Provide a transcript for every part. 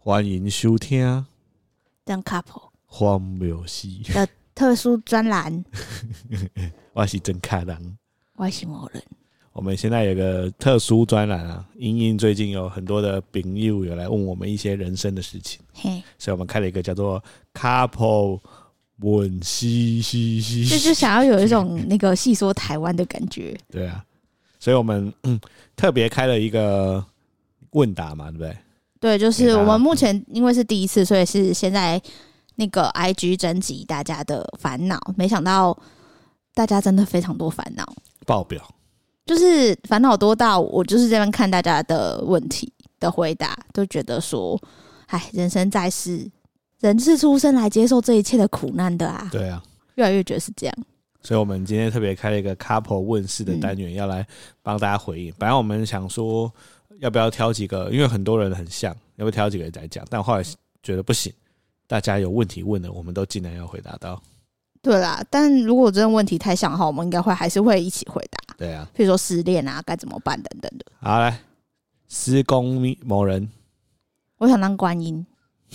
欢迎收听当 couple 荒谬事的特殊专栏。 我是真开人， 我是某人。 我们现在有个特殊专栏啊，因最近有很多的朋友有来问我们一些人生的事情，所以我们开了一个叫做 couple 问西， 就想要有一种那个细说台湾的感觉。 对啊，所以我们特别开了一个问答嘛，对不对？ 对，就是我们目前因为是第一次，所以是现在那个 IG 征集大家的烦恼，没想到大家真的非常多烦恼， 爆表， 就是烦恼多到我就是这边看大家的问题的回答，都觉得说，哎，人生在世，人是出生来接受这一切的苦难的啊。 对啊， 越来越觉得是这样。 所以我们今天特别开了一个 couple 问世的单元，要来帮大家回应。本来我们想说要不要挑几个，因为很多人很像，要不要挑几个来讲？但后来觉得不行，大家有问题问的，我们都尽量要回答到。 对啦，但如果真的问题太像的话，我们应该还是会一起回答。 对啊， 比如说失恋啊，该怎么办等等的。 好，来，施工某人， 我想当观音。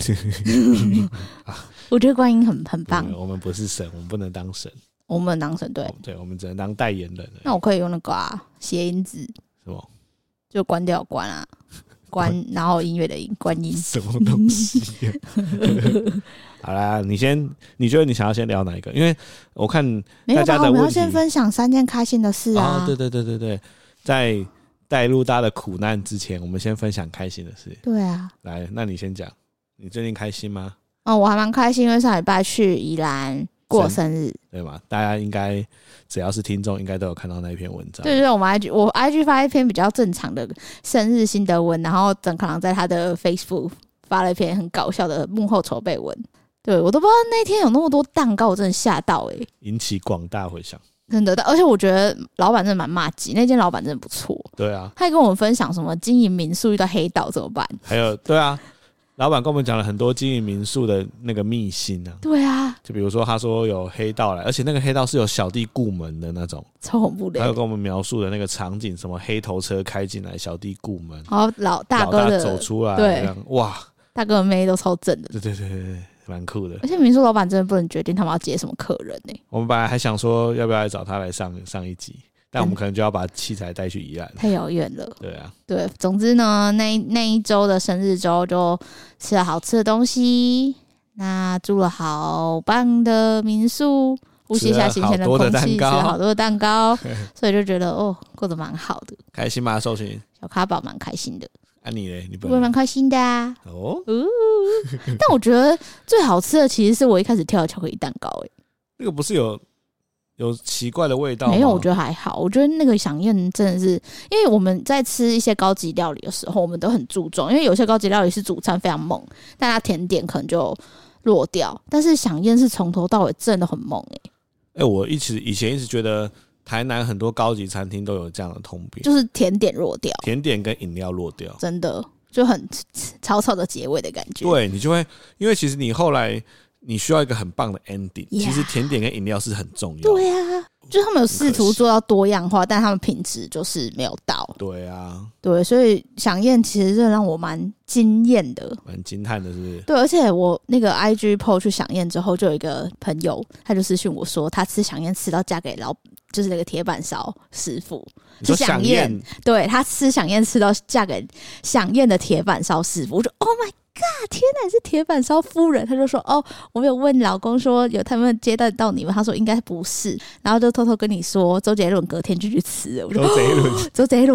我觉得观音很棒。 我们不是神，我们不能当神。 我们当神，对， 对，我们只能当代言人。 那我可以用那个谐音字， 什么？ 就关掉关啊，关，然后音乐的音，观音。 什么东西啊？好啦，你觉得你想要先聊哪一个？因为我看大家的问题， 我们要先分享3件开心的事啊。 对，在带入大家的苦难之前，我们先分享开心的事。 对啊， 来，那你先讲，你最近开心吗？ 我还蛮开心，因为上礼拜去宜兰过生日， 对吗？大家应该只要是听众，应该都有看到那一篇文章。 对，我 IG 发一篇比较正常的生日心得文，然后曾可能在他的 Facebook 发了一篇很搞笑的幕后筹备文。对，我都不知道那天有那么多蛋糕，我真的吓到引起广大回响。 真的，而且我觉得老板真的蛮骂鸡，那间老板真的不错。 对啊， 他还跟我们分享什么经营民宿遇到黑道怎么办？ 还有，对啊，老板跟我们讲了很多经营民宿的那个秘辛啊。 对啊， 就比如说他说有黑道来，而且那个黑道是有小弟顾门的那种， 超恐怖的。 还有跟我们描述的那个场景，什么黑头车开进来，小弟顾门， 然后大哥的走出来， 对， 哇， 大哥的妹都超正的。 对，蛮酷的。 而且民宿老板真的不能决定他们要接什么客人我们本来还想说要不要来找他来上一集，但我们可能就要把器材带去宜兰， 太遥远了。 对啊， 对，总之呢，那一周的生日周就吃了好吃的东西，那住了好棒的民宿，呼吸一下新鲜的空气，吃了好多的蛋糕，所以就觉得过得蛮好的。 开心吗？寿群小咖宝蛮开心的。 你嘞？你我也蛮开心的啊。但我觉得最好吃的其实是我一开始挑的巧克力蛋糕。 那个不是有奇怪的味道吗？ 没有，我觉得还好。我觉得那个响宴真的是，因为我们在吃一些高级料理的时候，我们都很注重，因为有些高级料理是主餐非常猛，但它甜点可能就落掉。但是响宴是从头到尾真的很猛我以前一直觉得台南很多高级餐厅都有这样的通病， 就是甜点落掉， 甜点跟饮料落掉， 真的就很草草的结尾的感觉。 对，你就会因为其实你后来你需要一个很棒的 ending， 其实甜点跟饮料是很重要的。 对啊，就是他们有试图做到多样化，但他们品质就是没有到。 对啊， 对，所以响宴其实真的让我蛮惊艳的， 蛮惊叹的，是不是？ 对，而且我那个 IG PO 去响宴之后，就有一个朋友，他就私讯我说，他吃响宴吃到嫁给就是那个铁板烧师傅。 你说响宴？ 对，他吃响宴吃到嫁给响宴的铁板烧师傅，我就 Oh my God， 天哪，你是铁板烧夫人？他就说我有问老公说有他们接待到你们，他说应该不是，然后就偷偷跟你说周杰伦隔天就去吃了。我就周杰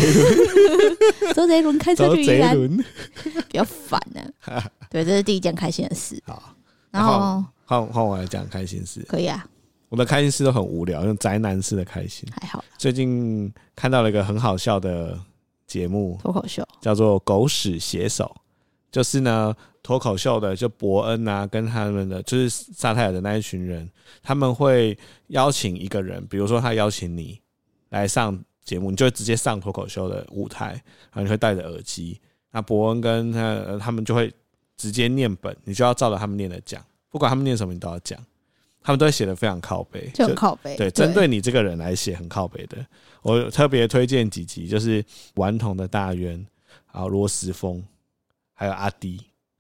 伦开车去宜兰，比较烦啊。对，这是第一件开心的事。 好， 然后换我来讲开心事。 可以啊。 我的开心事都很无聊，用宅男式的开心。 还好。 最近看到了一个很好笑的节目， 脱口秀， 叫做《狗屎写手》。就是呢，脱口秀的就伯恩啊，跟他们的就是萨泰尔的那一群人，他们会邀请一个人，比如说他邀请你来上节目，你就会直接上脱口秀的舞台，然后你会戴着耳机，那伯恩跟他们就会直接念本，你就要照着他们念的讲，不管他们念什么你都要讲。他们都会写得非常靠北， 就很靠北。 对，针对你这个人来写很靠北的。我特别推荐几集，就是顽童的大渊，然后罗时丰，还有阿迪，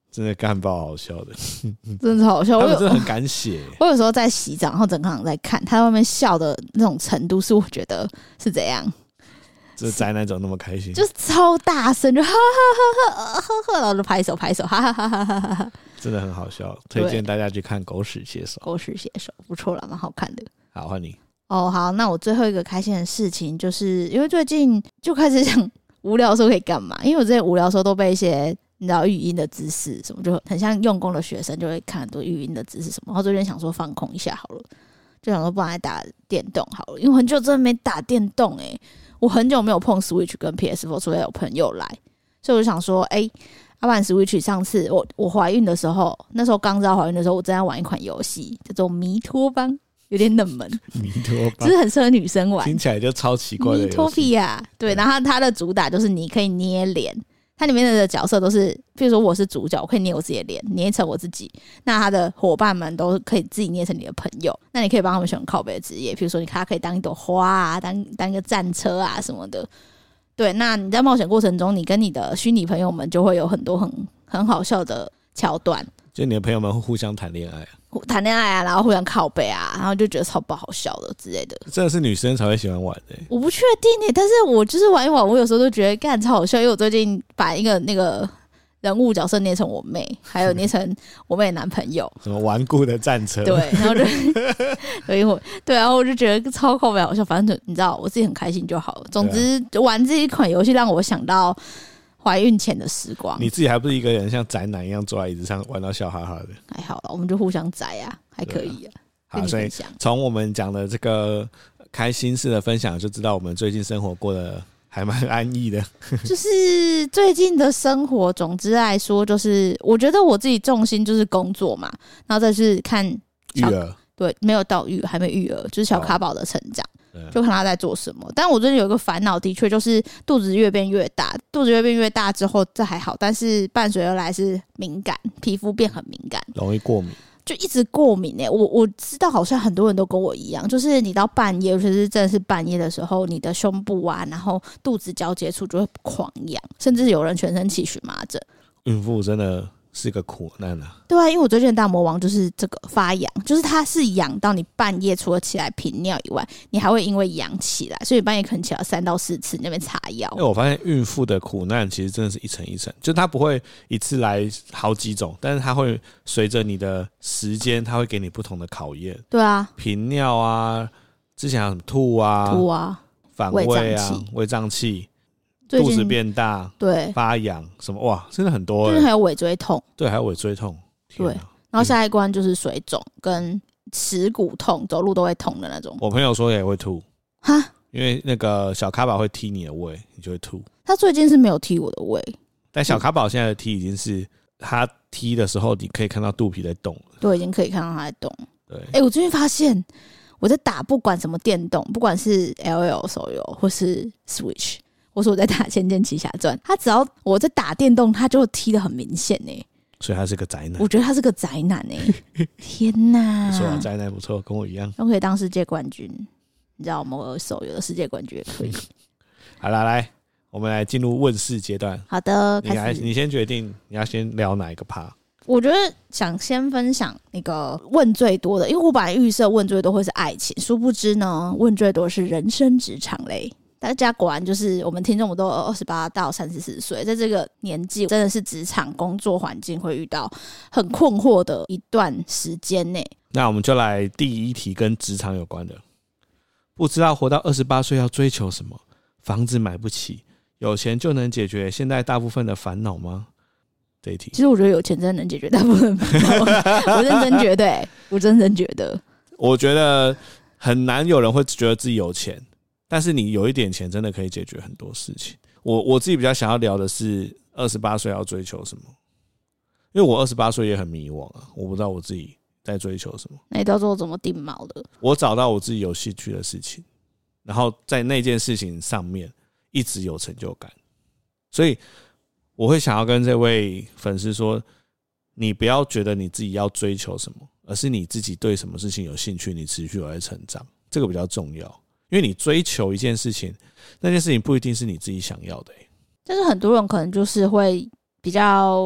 真的干爆好笑的， 真的超好笑。 他们真的很敢写。 我有时候在洗澡，然后整个人在看他在外面笑的那种程度，是我觉得是怎样？ 这宅男怎么那么开心？ 就是超大声，就哈哈哈哈哈哈，然后就拍手拍手，哈哈哈哈哈哈， 真的很好笑，推荐大家去看《狗屎写手》。 狗屎写手不错啦，蛮好看的。 好，换你。 哦，好，那我最后一个开心的事情，就是因为最近就开始想无聊的时候可以干嘛？因为我之前无聊的时候都被一些你知道语音的知识什么，就很像用功的学生，就会看很多语音的知识什么。然后最近想说放空一下好了，就想说不然来打电动好了，因为很久真的没打电动我很久没有碰 Switch 跟 PS4， 除非有朋友来，所以我就想说，要不然 Switch 上次我怀孕的时候，那时候刚知道怀孕的时候，我正在玩一款游戏叫做《弥托邦》，有点冷门， 弥托邦就是很适合女生玩， 听起来就超奇怪的游戏。 弥托比亚，对，然后它的主打就是你可以捏脸。它里面的角色都是，比如说我是主角，我可以捏我自己的脸，捏成我自己。那他的伙伴们都可以自己捏成你的朋友。那你可以帮他们选靠北的职业，比如说他可以当一朵花啊，当一个战车啊什么的。对，那你在冒险过程中，你跟你的虚拟朋友们就会有很多很好笑的桥段。 就你的朋友们会互相谈恋爱啊，然后互相靠背啊，然后就觉得超不好笑的之类的。 真的是女生才会喜欢玩的我不确定但是我就是玩一玩，我有时候都觉得干超好笑，因为我最近把一个那个人物角色捏成我妹，还有捏成我妹的男朋友， 什么顽固的战车， 对，然后就对，然后我就觉得超靠北好笑，反正你知道我自己很开心就好了。总之玩这一款游戏让我想到怀孕前的时光。 你自己还不是一个人像宅男一样坐在椅子上玩到笑哈哈的？ 还好了，我们就互相宅啊，还可以啊。 好，所以从我们讲的这个开心事的分享，就知道我们最近生活过得还蛮安逸的。 就是最近的生活，总之来说，就是我觉得我自己重心就是工作嘛，然后再是看育儿， 对，没有到还没育儿，就是小卡宝的成长。就看他在做什么，但我最近有一个烦恼，的确就是肚子越变越大，肚子越变越大之后这还好，但是伴随而来是敏感，皮肤变很敏感， 容易过敏， 就一直过敏我知道好像很多人都跟我一样，就是你到半夜，尤其是真的是半夜的时候，你的胸部啊，然后肚子交接处就会狂痒，甚至有人全身起荨麻疹。 孕妇真的是个苦难啊。 对啊，因为我最近的大魔王就是这个发痒，就是它是痒到你半夜除了起来频尿以外，你还会因为痒起来，所以半夜可能起来3到4次，你那边擦药。 因为我发现孕妇的苦难其实真的是一层一层，就它不会一次来好几种，但是它会随着你的时间，它会给你不同的考验。 对啊， 频尿啊，之前还有什么吐啊，反胃啊，胃胀气。肚子变大， 对， 发痒什么哇，真的很多就是还有尾椎痛， 对，还有尾椎痛， 对，然后下一关就是水肿跟耻骨痛，走路都会痛的那种。 我朋友说也会吐， 哈， 因为那个小卡宝会踢你的胃，你就会吐。 他最近是没有踢我的胃， 但小卡宝现在的踢已经是他踢的时候，你可以看到肚皮在动了， 对，已经可以看到他在动。 对， 我最近发现我在打不管什么电动，不管是 LL 手游或是 Switch。或是我在打《仙剑奇侠传》，他只要我在打电动，他就踢得很明显所以他是个宅男。 我觉得他是个宅男天哪！ 不错，宅男不错，跟我一样， 都可以当世界冠军。你知道某个手游的世界冠军也可以。 好啦，来，我们来进入问世阶段。 好的， 你先决定你要先聊哪一个趴。 我觉得想先分享那个问最多的，因为我本来预设问最多会是爱情，殊不知呢，问最多是人生职场类。大家果然就是我们听众，我们都28到34岁，在这个年纪真的是职场工作环境会遇到很困惑的一段时间内。 那我们就来第一题，跟职场有关的。不知道活到28岁要追求什么？房子买不起，有钱就能解决现在大部分的烦恼吗？这一题， 其实我觉得有钱真的能解决大部分烦恼。我认真觉得我认真觉得， 我觉得很难有人会觉得自己有钱。但是你有一点钱，真的可以解决很多事情。我自己比较想要聊的是28岁要追求什么，因为我28岁也很迷惘啊，我不知道我自己在追求什么。 那你到时候怎么定锚的？ 我找到我自己有兴趣的事情，然后在那件事情上面一直有成就感，所以我会想要跟这位粉丝说，你不要觉得你自己要追求什么，而是你自己对什么事情有兴趣，你持续有在成长，这个比较重要。因为你追求一件事情，那件事情不一定是你自己想要的。 但是很多人可能就是会比较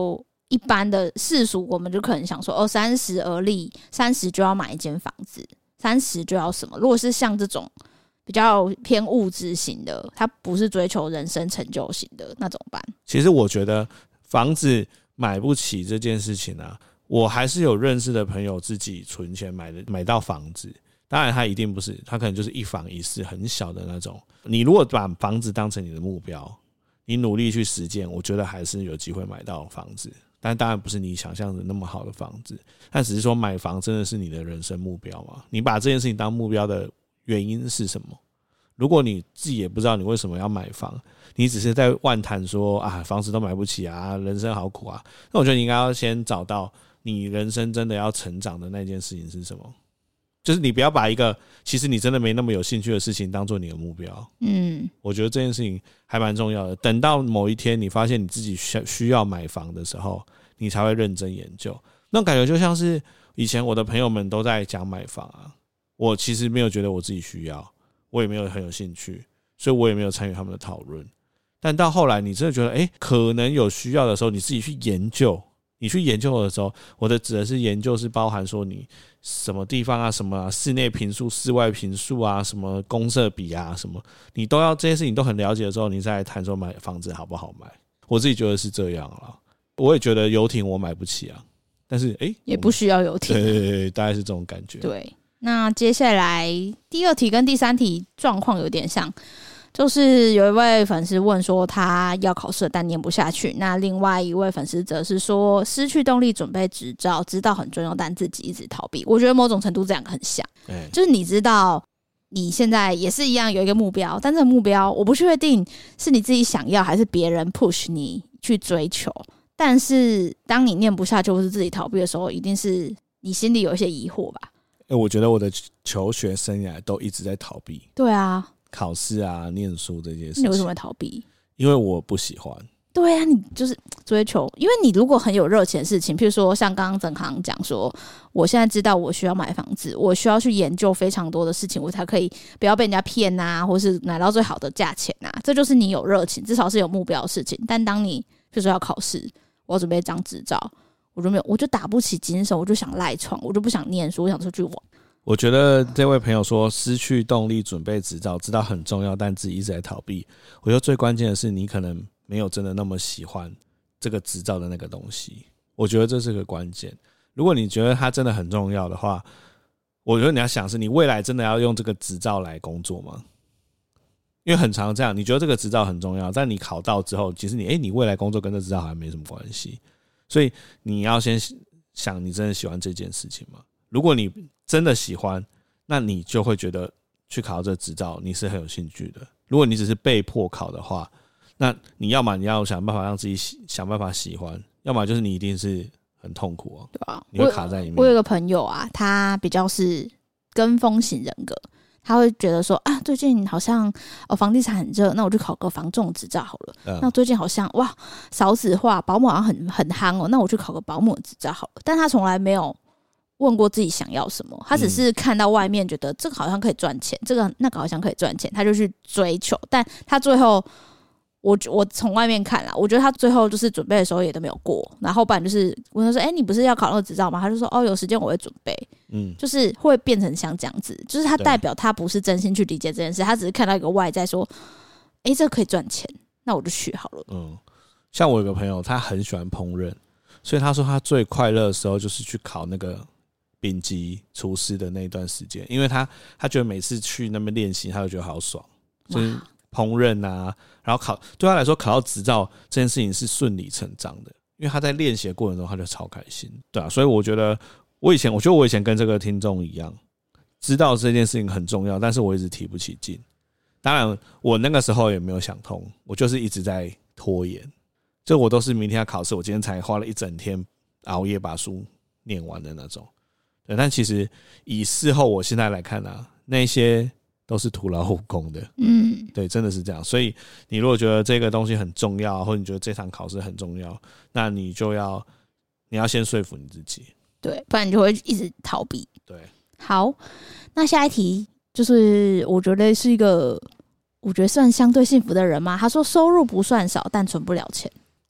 一般的世俗，我们就可能想说30而立，30就要买一间房子，30就要什么。如果是像这种比较偏物质型的，他不是追求人生成就型的，那怎么办？其实我觉得房子买不起这件事情啊，我还是有认识的朋友自己存钱买到房子。当然他一定不是，他可能就是一房一室很小的那种。你如果把房子当成你的目标，你努力去实践，我觉得还是有机会买到房子。但当然不是你想象的那么好的房子，但只是说买房真的是你的人生目标吗？你把这件事情当目标的原因是什么？如果你自己也不知道你为什么要买房，你只是在妄谈说啊房子都买不起啊，人生好苦啊，那我觉得你应该要先找到你人生真的要成长的那件事情是什么。就是你不要把一个其实你真的没那么有兴趣的事情当做你的目标。我觉得这件事情还蛮重要的。等到某一天你发现你自己需要买房的时候，你才会认真研究。那种感觉就像是以前我的朋友们都在讲买房啊，我其实没有觉得我自己需要，我也没有很有兴趣，所以我也没有参与他们的讨论。但到后来你真的觉得可能有需要的时候，你自己去研究。你去研究的时候，我的指的是研究是包含说你什么地方啊，什么室内坪数、室外坪数啊，什么公设比啊，什么你都要这些事情都很了解的时候，你再来谈说买房子好不好买。我自己觉得是这样啦。我也觉得游艇我买不起啊，但是也不需要游艇。 对，大概是这种感觉。 对，那接下来第2题跟第3题状况有点像。就是有一位粉丝问说他要考试但念不下去，那另外一位粉丝则是说失去动力准备执照，知道很重要但自己一直逃避。我觉得某种程度这两个很像，就是你知道你现在也是一样有一个目标，但这个目标我不确定是你自己想要还是别人 push 你去追求，但是当你念不下去或是自己逃避的时候，一定是你心里有一些疑惑吧。 我觉得我的求学生涯都一直在逃避。 对啊， 考试啊，念书这件事情。 你为什么会逃避？ 因为我不喜欢。 对啊，你就是追求，因为你如果很有热情的事情，譬如说像刚刚曾航讲说，我现在知道我需要买房子，我需要去研究非常多的事情，我才可以不要被人家骗啊，或是买到最好的价钱啊，这就是你有热情，至少是有目标的事情。但当你譬如说要考试，我要准备一张执照，我就打不起精神，我就想赖床，我就不想念书，我想出去玩。 我觉得这位朋友说失去动力准备执照，知道很重要，但自己一直在逃避。我觉得最关键的是你可能没有真的那么喜欢这个执照的那个东西，我觉得这是个关键。如果你觉得它真的很重要的话，我觉得你要想是你未来真的要用这个执照来工作吗？因为很常这样，你觉得这个执照很重要，但你考到之后，其实你未来工作跟这执照好像没什么关系，所以你要先想你真的喜欢这件事情吗？如果你真的喜欢，那你就会觉得去考这执照你是很有兴趣的。如果你只是被迫考的话，那你要么你要想办法让自己想办法喜欢，要么就是你一定是很痛苦对啊，你会卡在里面。 我有一个朋友啊，他比较是跟风型人格，他会觉得说啊，最近好像房地产很热，那我就考个房仲执照好了。那最近好像哇少子化，保姆好像很夯哦，那我去考个保姆执照好了。但他从来没有问过自己想要什么，他只是看到外面觉得这个好像可以赚钱，这个那个好像可以赚钱，他就去追求。但他最后我从外面看啦，我觉得他最后就是准备的时候也都没有过，然后不然就是问他说你不是要考那个执照吗？他就说有时间我会准备。就是会变成像这样子，就是他代表他不是真心去理解这件事，他只是看到一个外在说这个可以赚钱，那我就去好了。 像我有个朋友他很喜欢烹饪，所以他说他最快乐的时候就是去考那个丙级厨师的那一段时间，因为他觉得每次去那边练习他就觉得好爽，就是烹饪啊，然后对他来说考到执照这件事情是顺理成章的，因为他在练习的过程中他就超开心。对啊，所以我觉得我以前跟这个听众一样，知道这件事情很重要，但是我一直提不起劲。当然我那个时候也没有想通，我就是一直在拖延，就我都是明天要考试，我今天才花了一整天熬夜把书念完的那种。对，但其实以事后我现在来看啊，那些都是徒劳无功的。对，真的是这样。所以你如果觉得这个东西很重要，或者你觉得这场考试很重要，那你要先说服你自己。对， 不然你就会一直逃避。 对， 好，那下一题就是我觉得是一个，我觉得算相对幸福的人嘛。他说收入不算少，但存不了钱。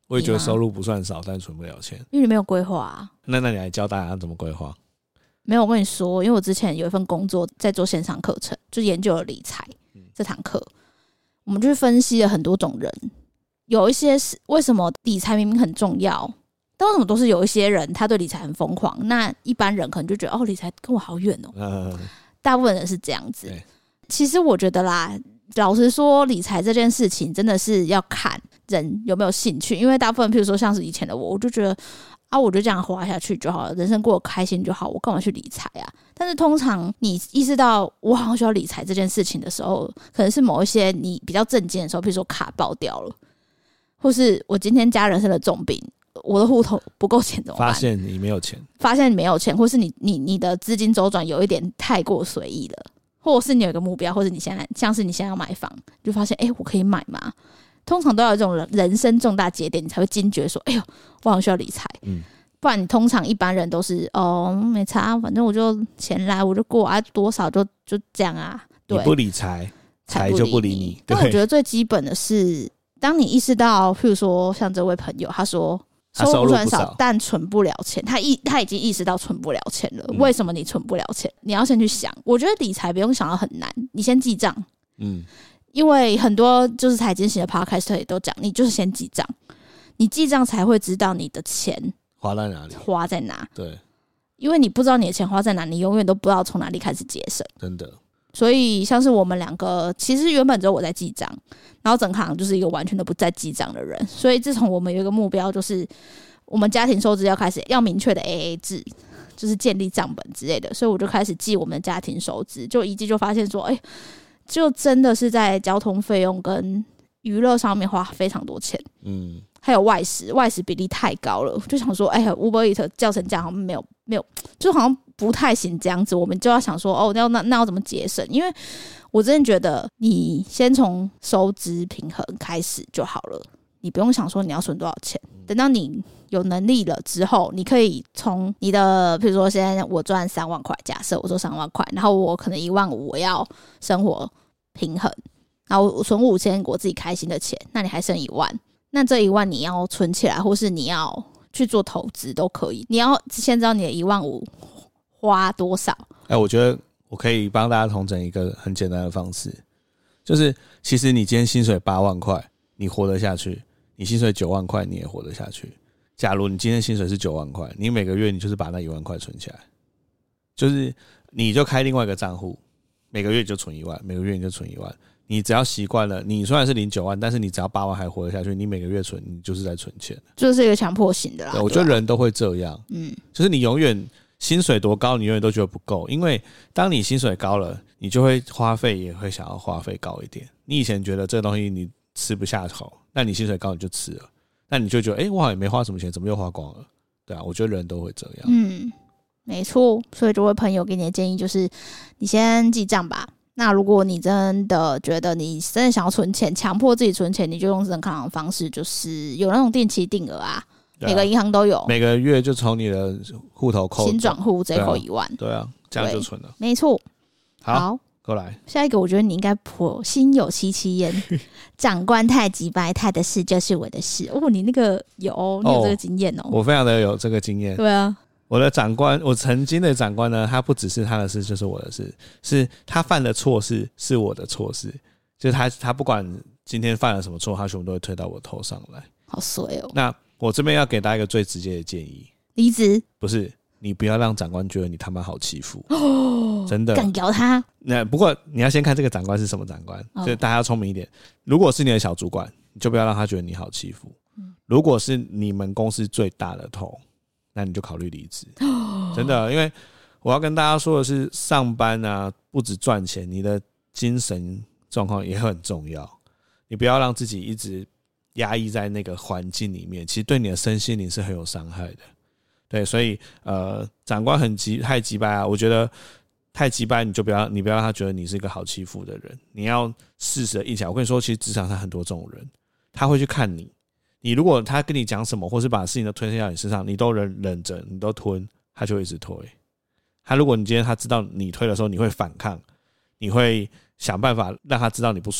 我也觉得收入不算少，但存不了钱。 因为你没有规划啊。 那你来教大家怎么规划？ 没有，我跟你说，因为我之前有一份工作在做线上课程，就研究了理财这堂课，我们就去分析了很多种人，有一些是为什么理财明明很重要，但为什么都是有一些人他对理财很疯狂，那一般人可能就觉得哦，理财跟我好远哦。大部分人是这样子。其实我觉得啦，老实说，理财这件事情真的是要看人有没有兴趣，因为大部分譬如说像是以前的我就觉得啊，我就这样活下去就好了，人生过得开心就好，我干嘛去理财啊？但是通常你意识到我好像需要理财这件事情的时候，可能是某一些你比较震惊的时候，譬如说卡爆掉了，或是我今天家人生了重病，我的户头不够钱怎么办？ 发现你没有钱， 或是你的资金周转有一点太过随意了，或者是你有一个目标，或者你现在像是你现在要买房，就发现我可以买吗？通常都要有这种人生重大节点，你才会惊觉说，哎呦，我好像需要理财。不然你通常一般人都是没差，反正我就钱来我就过啊，多少就这样啊。对， 你不理财，财就不理你。 但我觉得最基本的是，当你意识到，譬如说像这位朋友，他说收入不少，但存不了钱，他已经意识到存不了钱了。为什么你存不了钱？你要先去想。我觉得理财不用想到很难，你先记账。因为很多就是财经型的 podcast 也都讲，你就是先记账，你记账才会知道你的钱花在哪里， 花在哪。 对， 因为你不知道你的钱花在哪，你永远都不知道从哪里开始节省。 真的。 所以像是我们两个，其实原本只有我在记账，然后整行就是一个完全都不在记账的人。所以自从我们有一个目标，就是我们家庭收支要开始要明确的 AA 制，就是建立账本之类的，所以我就开始记我们的家庭收支，就一记就发现说，就真的是在交通费用跟娱乐上面花非常多钱。还有外食比例太高了，就想说Uber Eats 叫成这样好像没有，就好像不太行这样子，我们就要想说那要怎么节省？因为我真的觉得你先从收支平衡开始就好了，你不用想说你要存多少钱，等到你有能力了之后，你可以从你的比如说现在我赚3万块，假设我说3万块，然后我可能1万5我要生活平衡，然后我存5000我自己开心的钱，那你还剩1万，那这1万你要存起来，或是你要去做投资都可以。你要先知道你的1万5花多少。 我觉得我可以帮大家统整一个很简单的方式，就是其实你今天薪水8万块，你活得下去；你薪水9万块，你也活得下去。假如你今天薪水是9万块，你每个月你就是把那1万块存起来，就是你就开另外一个账户，每个月就存1万，每个月你就存1万。你只要习惯了，你虽然是领9万，但是你只要8万还活得下去，你每个月存，你就是在存钱， 就是一个强迫型的啦。 对，我觉得人都会这样，就是你永远薪水多高，你永远都觉得不够，因为当你薪水高了，你就会花费也会想要花费高一点。你以前觉得这个东西你吃不下口，那你薪水高你就吃了，那你就觉得我好像也没花什么钱，怎么又花光了？对啊，我觉得人都会这样。 没错。所以这位朋友给你的建议就是，你先记账吧。那如果你真的觉得你真的想要存钱，强迫自己存钱，你就用正康的方式，就是有那种定期定额啊，每个银行都有， 每个月就从你的户头扣， 新转户直接扣1万。 对啊，这样就存了。 没错。 好，过来下一个，我觉得你应该颇心有戚戚焉。长官太急白，他的事就是我的事。你那个你有这个经验哦。 我非常的有这个经验。 对啊。 我的长官，我曾经的长官呢，他不只是他的事就是我的事，是他犯的错事是我的错事，就是他不管今天犯了什么错，他全部都会推到我头上来。 好衰哦。 那我这边要给大家一个最直接的建议， 离职。 不是，你不要让长官觉得你他妈好欺负。真的。 敢咬他。 那不过你要先看这个长官是什么长官，所以大家要聪明一点。如果是你的小主管，你就不要让他觉得你好欺负。如果是你们公司最大的头，那你就考虑离职。真的，因为我要跟大家说的是，上班啊，不只赚钱，你的精神状况也很重要。你不要让自己一直压抑在那个环境里面，其实对你的身心灵是很有伤害的。对，所以长官太急掰啊，我觉得太急掰，你不要让他觉得你是一个好欺负的人，你要适时的硬起来。我跟你说，其实职场上很多这种人，他会去看你。你如果他跟你讲什么，或是把事情都推卸到你身上，你都忍着，你都吞，他就会一直推。如果你今天他知道你推的时候，你会反抗，你会想办法让他知道你不爽，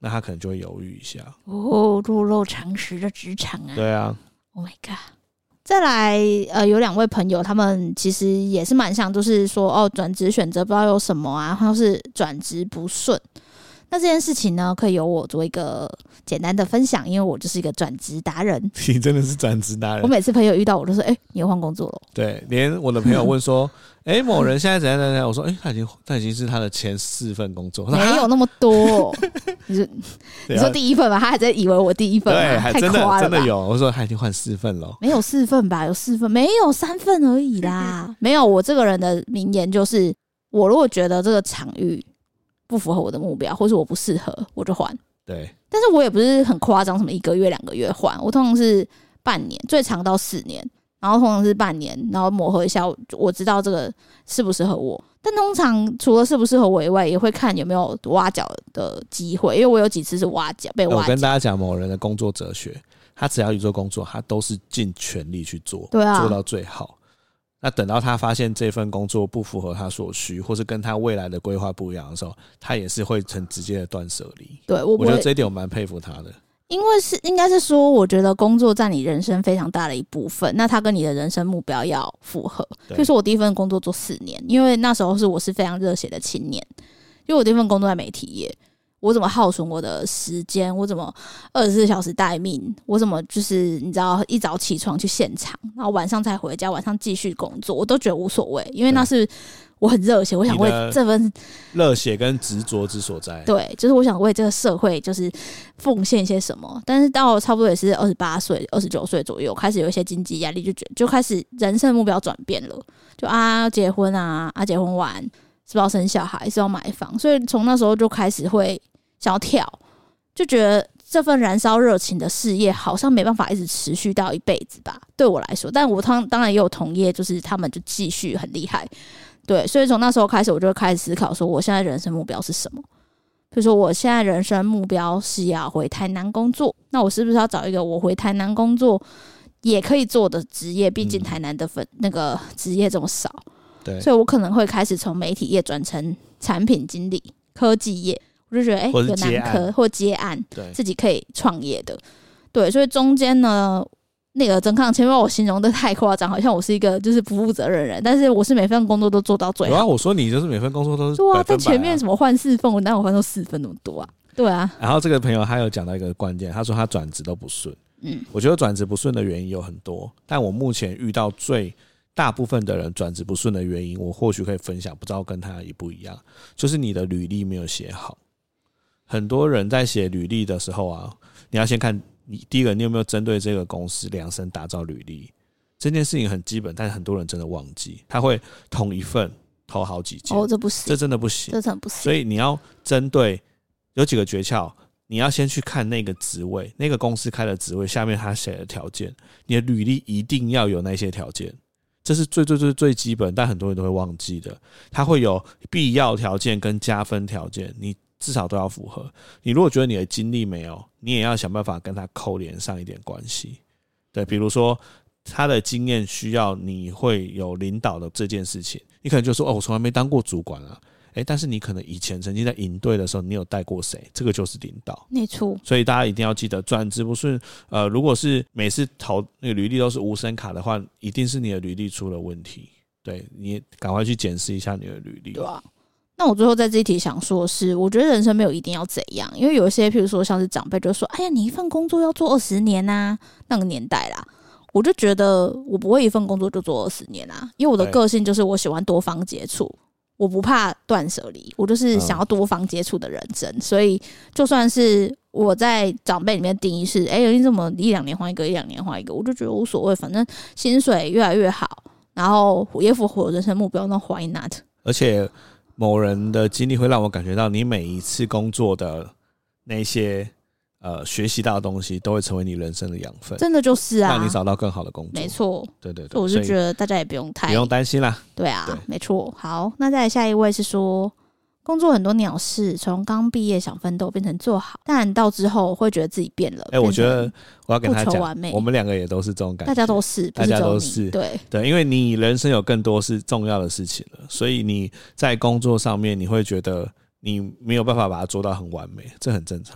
那他可能就会犹豫一下。 哦，弱肉强食的职场啊！ 对啊 ，Oh my god！再来，有2位朋友，他们其实也是蛮像，就是说转职选择不知道有什么啊，或是转职不顺。那这件事情呢，可以由我做一个简单的分享，因为我就是一个转职达人。 你真的是转职达人。 我每次朋友遇到我都说：“你又换工作了。” 对，连我的朋友问说：“某人现在怎样怎样？”我说：“他已经是他的前4份工作。” 没有那么多。你说第1份吧，他还在以为我第1份， 对，还真的太夸了吧， 真的有。我说他已经换4份了， 没有4份吧？有4份，没有3份而已啦。没有，我这个人的名言就是：我如果觉得这个场域不符合我的目标，或是我不适合，我就换。 对， 但是我也不是很夸张，什么1个月、2个月换，我通常是半年，最长到4年，然后通常是半年，然后磨合一下，我知道这个适不适合我。但通常除了适不适合我以外，也会看有没有挖角的机会，因为我有几次是被挖角。 我跟大家讲某人的工作哲学，他只要一做工作，他都是尽全力去做， 对啊， 做到最好。那等到他发现这份工作不符合他所需，或是跟他未来的规划不一样的时候，他也是会很直接的断舍离。 对， 我觉得这一点我蛮佩服他的。 因为应该是说，我觉得工作占你人生非常大的一部分，那它跟你的人生目标要符合。比如说我第1份工作做4年，因为那时候我是非常热血的青年，因为我第1份工作在媒体业。我怎么耗损我的时间？我怎么24小时待命？我怎么就是你知道一早起床去现场，然后晚上才回家，晚上继续工作，我都觉得无所谓，因为那是我很热血，我想为这份热血跟执着之所在。 对，就是我想为这个社会就是奉献一些什么。但是到差不多也是28岁、29岁左右，开始有一些经济压力，就开始人生目标转变了，就要结婚啊，结婚完是不是要生小孩，是不是要买房，所以从那时候就开始会想要跳，就觉得这份燃烧热情的事业好像没办法一直持续到一辈子吧，对我来说。但我当然也有同业，就是他们就继续很厉害，对，所以从那时候开始，我就开始思考说，我现在人生目标是什么？比如说，我现在人生目标是要回台南工作，那我是不是要找一个我回台南工作也可以做的职业？毕竟台南的那个职业这么少， 对， 所以我可能会开始从媒体业转成产品经理、科技业。我就觉得有南科或接案，自己可以创业的，对，所以中间呢，那个曾康前面我形容的太夸张，好像我是一个就是不负责任的人，但是我是每份工作都做到最好。 有啊，我说你就是每份工作都是对啊，在前面什么换4份，我哪有换到4份那么多啊？对啊。 然后这个朋友他有讲到一个关键，他说他转职都不顺。我觉得转职不顺的原因有很多，但我目前遇到最大部分的人转职不顺的原因，我或许可以分享，不知道跟他一不一样，就是你的履历没有写好。很多人在写履历的时候啊，你要先看你第一个，你有没有针对这个公司量身打造履历，这件事情很基本，但是很多人真的忘记，他会同一份投好几件。 这不行， 这真的不行， 这真的不行。 所以你要针对有几个诀窍，你要先去看那个职位，那个公司开的职位下面他写的条件，你的履历一定要有那些条件，这是最基本，但很多人都会忘记的。它会有必要条件跟加分条件，你至少都要符合。你如果觉得你的经历没有，你也要想办法跟他扣连上一点关系。对，比如说他的经验需要你会有领导的这件事情，你可能就说我从来没当过主管啊。但是你可能以前曾经在营队的时候，你有带过谁？这个就是领导， 没错。 所以大家一定要记得，转职不顺，如果是每次投那个履历都是无声卡的话，一定是你的履历出了问题。对，你赶快去检视一下你的履历。 对啊。那我最后在这一题想说的是，我觉得人生没有一定要怎样，因为有一些譬如说像是长辈就说，哎呀，你一份工作要做20年啊，那个年代啦。我就觉得我不会一份工作就做20年啊，因为我的个性就是我喜欢多方接触，我不怕断舍离，我就是想要多方接触的人生，所以就算是我在长辈里面定义是，你怎么1-2年换一个，1-2年换一个，我就觉得无所谓，反正薪水越来越好，然后也符合我人生目标，那 why not？ 而且某人的经历会让我感觉到，你每一次工作的那些学习到的东西，都会成为你人生的养分。真的就是啊， 让你找到更好的工作。 没错， 对对对， 我就觉得大家也不用担心啦。 对啊，对，没错。好，那再来下一位是说，工作很多鸟事，从刚毕业想奋斗变成做好，但到之后会觉得自己变了。 我觉得我要跟他讲， 完美， 我们2个也都是这种感觉， 大家都是， 大家都是， 对对，因为你人生有更多是重要的事情了，所以你在工作上面你会觉得你没有办法把它做到很完美，这很正常。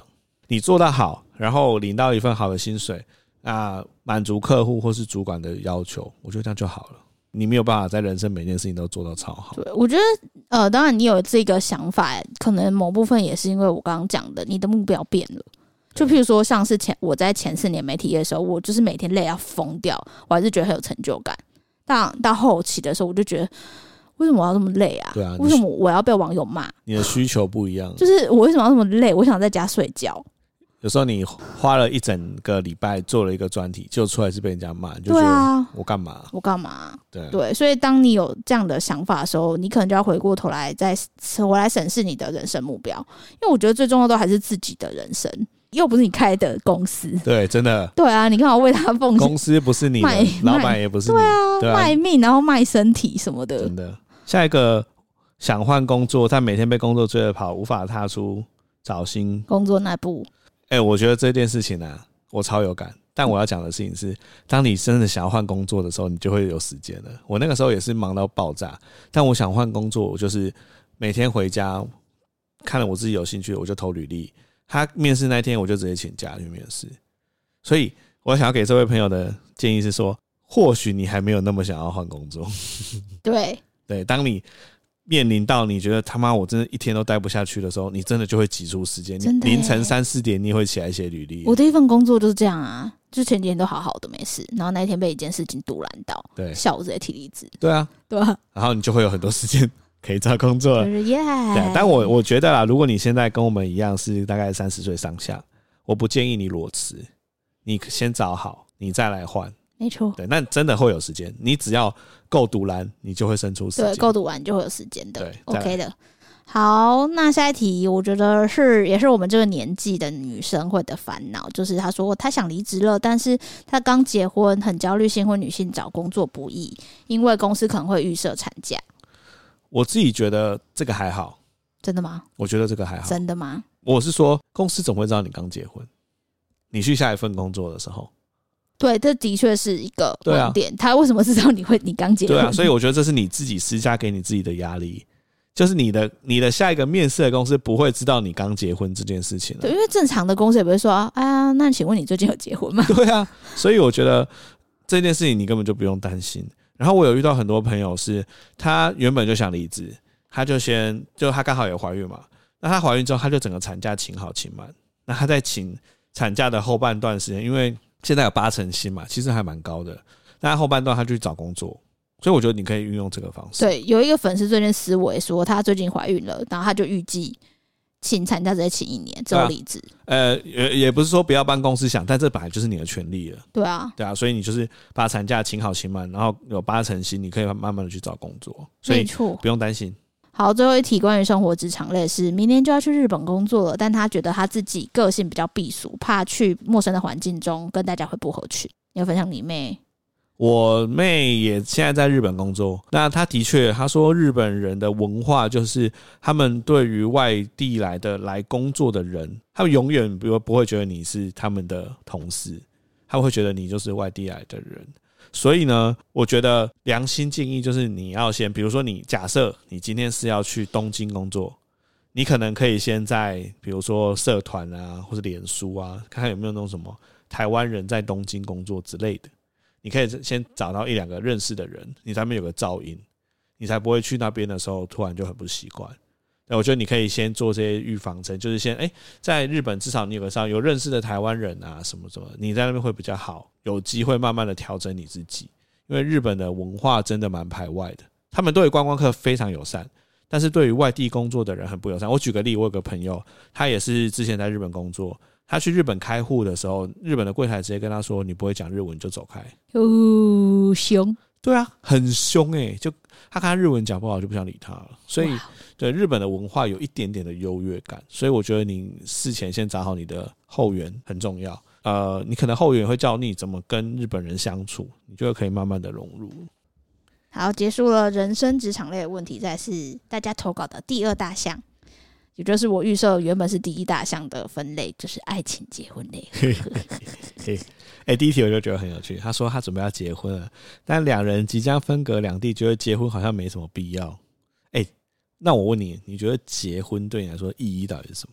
你做到好，然后领到一份好的薪水，那满足客户或是主管的要求，我觉得这样就好了。你没有办法在人生每件事情都做到超好。 对，我觉得当然你有这个想法，可能某部分也是因为我刚刚讲的，你的目标变了。就譬如说，像是我在前4年媒体业的时候，我就是每天累要疯掉，我还是觉得很有成就感。但到后期的时候，我就觉得，为什么我要这么累啊？ 对啊， 为什么我要被网友骂？ 你的需求不一样， 就是我为什么要这么累？我想在家睡觉。 有时候你花了一整个礼拜做了一个专题，就出来是被人家骂，你就觉得我干嘛？ 我干嘛？ 对， 所以当你有这样的想法的时候，你可能就要回过头来再回来审视你的人生目标，因为我觉得最重要的都还是自己的人生，又不是你开的公司。 对，真的。 对啊，你干嘛为他奉献？ 公司不是你的，老板也不是你。 对啊，卖命然后卖身体什么的。 真的。下一个想换工作，但每天被工作追着跑，无法踏出找新工作那步。 我觉得这件事情啊，我超有感。但我要讲的事情是，当你真的想要换工作的时候，你就会有时间了。我那个时候也是忙到爆炸，但我想换工作，我就是每天回家看了我自己有兴趣的，我就投履历。他面试那天，我就直接请假去面试。所以我想要给这位朋友的建议是说，或许你还没有那么想要换工作。 对， 当你面临到你觉得他妈我真的一天都待不下去的时候，你真的就会挤出时间。凌晨3、4点你也会起来写履历。 我第一份工作就是这样啊，就前几天都好好的没事，然后那一天被一件事情堵拦到， 对， 下午直接提离职。 对啊，然后你就会有很多时间可以找工作了。 就是耶。 对，但我觉得啦，如果你现在跟我们一样是大概30岁上下，我不建议你裸辞，你先找好，你再来换。 没错， 对，那真的会有时间，你只要够独揽，你就会生出时间。 对，够独揽就会有时间的。 对 ，OK 的。好，那下一题，我觉得也是我们这个年纪的女生会的烦恼，就是她说她想离职了，但是她刚结婚，很焦虑，新婚女性找工作不易，因为公司可能会预设产假。 我自己觉得这个还好。 真的吗？ 我觉得这个还好。 真的吗？ 我是说，公司总会知道你刚结婚，你去下一份工作的时候。 对，这的确是一个盲点。他为什么知道你刚结婚？ 对啊，所以我觉得这是你自己施加给你自己的压力，就是你的下一个面试的公司不会知道你刚结婚这件事情了。 对，因为正常的公司也不会说啊，那请问你最近有结婚吗？ 对啊，所以我觉得这件事情你根本就不用担心。然后我有遇到很多朋友是，他原本就想离职，他他刚好也怀孕嘛，那他怀孕之后，他就整个产假请好请满，那他在请产假的后半段时间，因为现在有8成薪嘛，其实还蛮高的。那后半段他去找工作，所以我觉得你可以运用这个方式。 对，有一个粉丝最近思维说，她最近怀孕了，然后他就预计请产假直接请1年之后离职。 也不是说不要帮公司想，但这本来就是你的权利了。 对啊， 对啊，所以你就是把产假请好请满，然后有8成薪，你可以慢慢的去找工作，所以不用担心。 好，最后一题关于生活职场类是，明年就要去日本工作了，但他觉得他自己个性比较避俗，怕去陌生的环境中跟大家会不合群。你要分享你妹？ 我妹也现在在日本工作，那她的确，她说日本人的文化就是他们对于外地来工作的人，他们永远不会觉得你是他们的同事，他们会觉得你就是外地来的人。所以呢，我觉得良心建议就是你要先，比如说假设你今天是要去东京工作，你可能可以先在比如说社团啊，或是脸书啊，看看有没有那种什么台湾人在东京工作之类的。你可以先找到1-2个认识的人，你在那边有个照应，你才不会去那边的时候突然就很不习惯。我觉得你可以先做这些预防针，就是先在日本至少你有认识的台湾人啊什么什么，你在那边会比较好，有机会慢慢的调整你自己。因为日本的文化真的蛮排外的，他们对于观光客非常友善，但是对于外地工作的人很不友善。我举个例，我有个朋友，他也是之前在日本工作，他去日本开户的时候，日本的柜台直接跟他说：“你不会讲日文，你就走开。” 凶。 对啊，很凶就他看他日文讲不好就不想理他了。所以对日本的文化有一点点的优越感，所以我觉得你事前先找好你的后援很重要。你可能后援会教你怎么跟日本人相处，你就可以慢慢的融入。 好，结束了人生职场类的问题，再是大家投稿的第2大项，也就是我预设原本是第1大项的分类，就是爱情结婚类。 第一题我就觉得很有趣，他说他准备要结婚了，但2人即将分隔两地，觉得结婚好像没什么必要。那我问你，你觉得结婚对你来说意义到底是什么？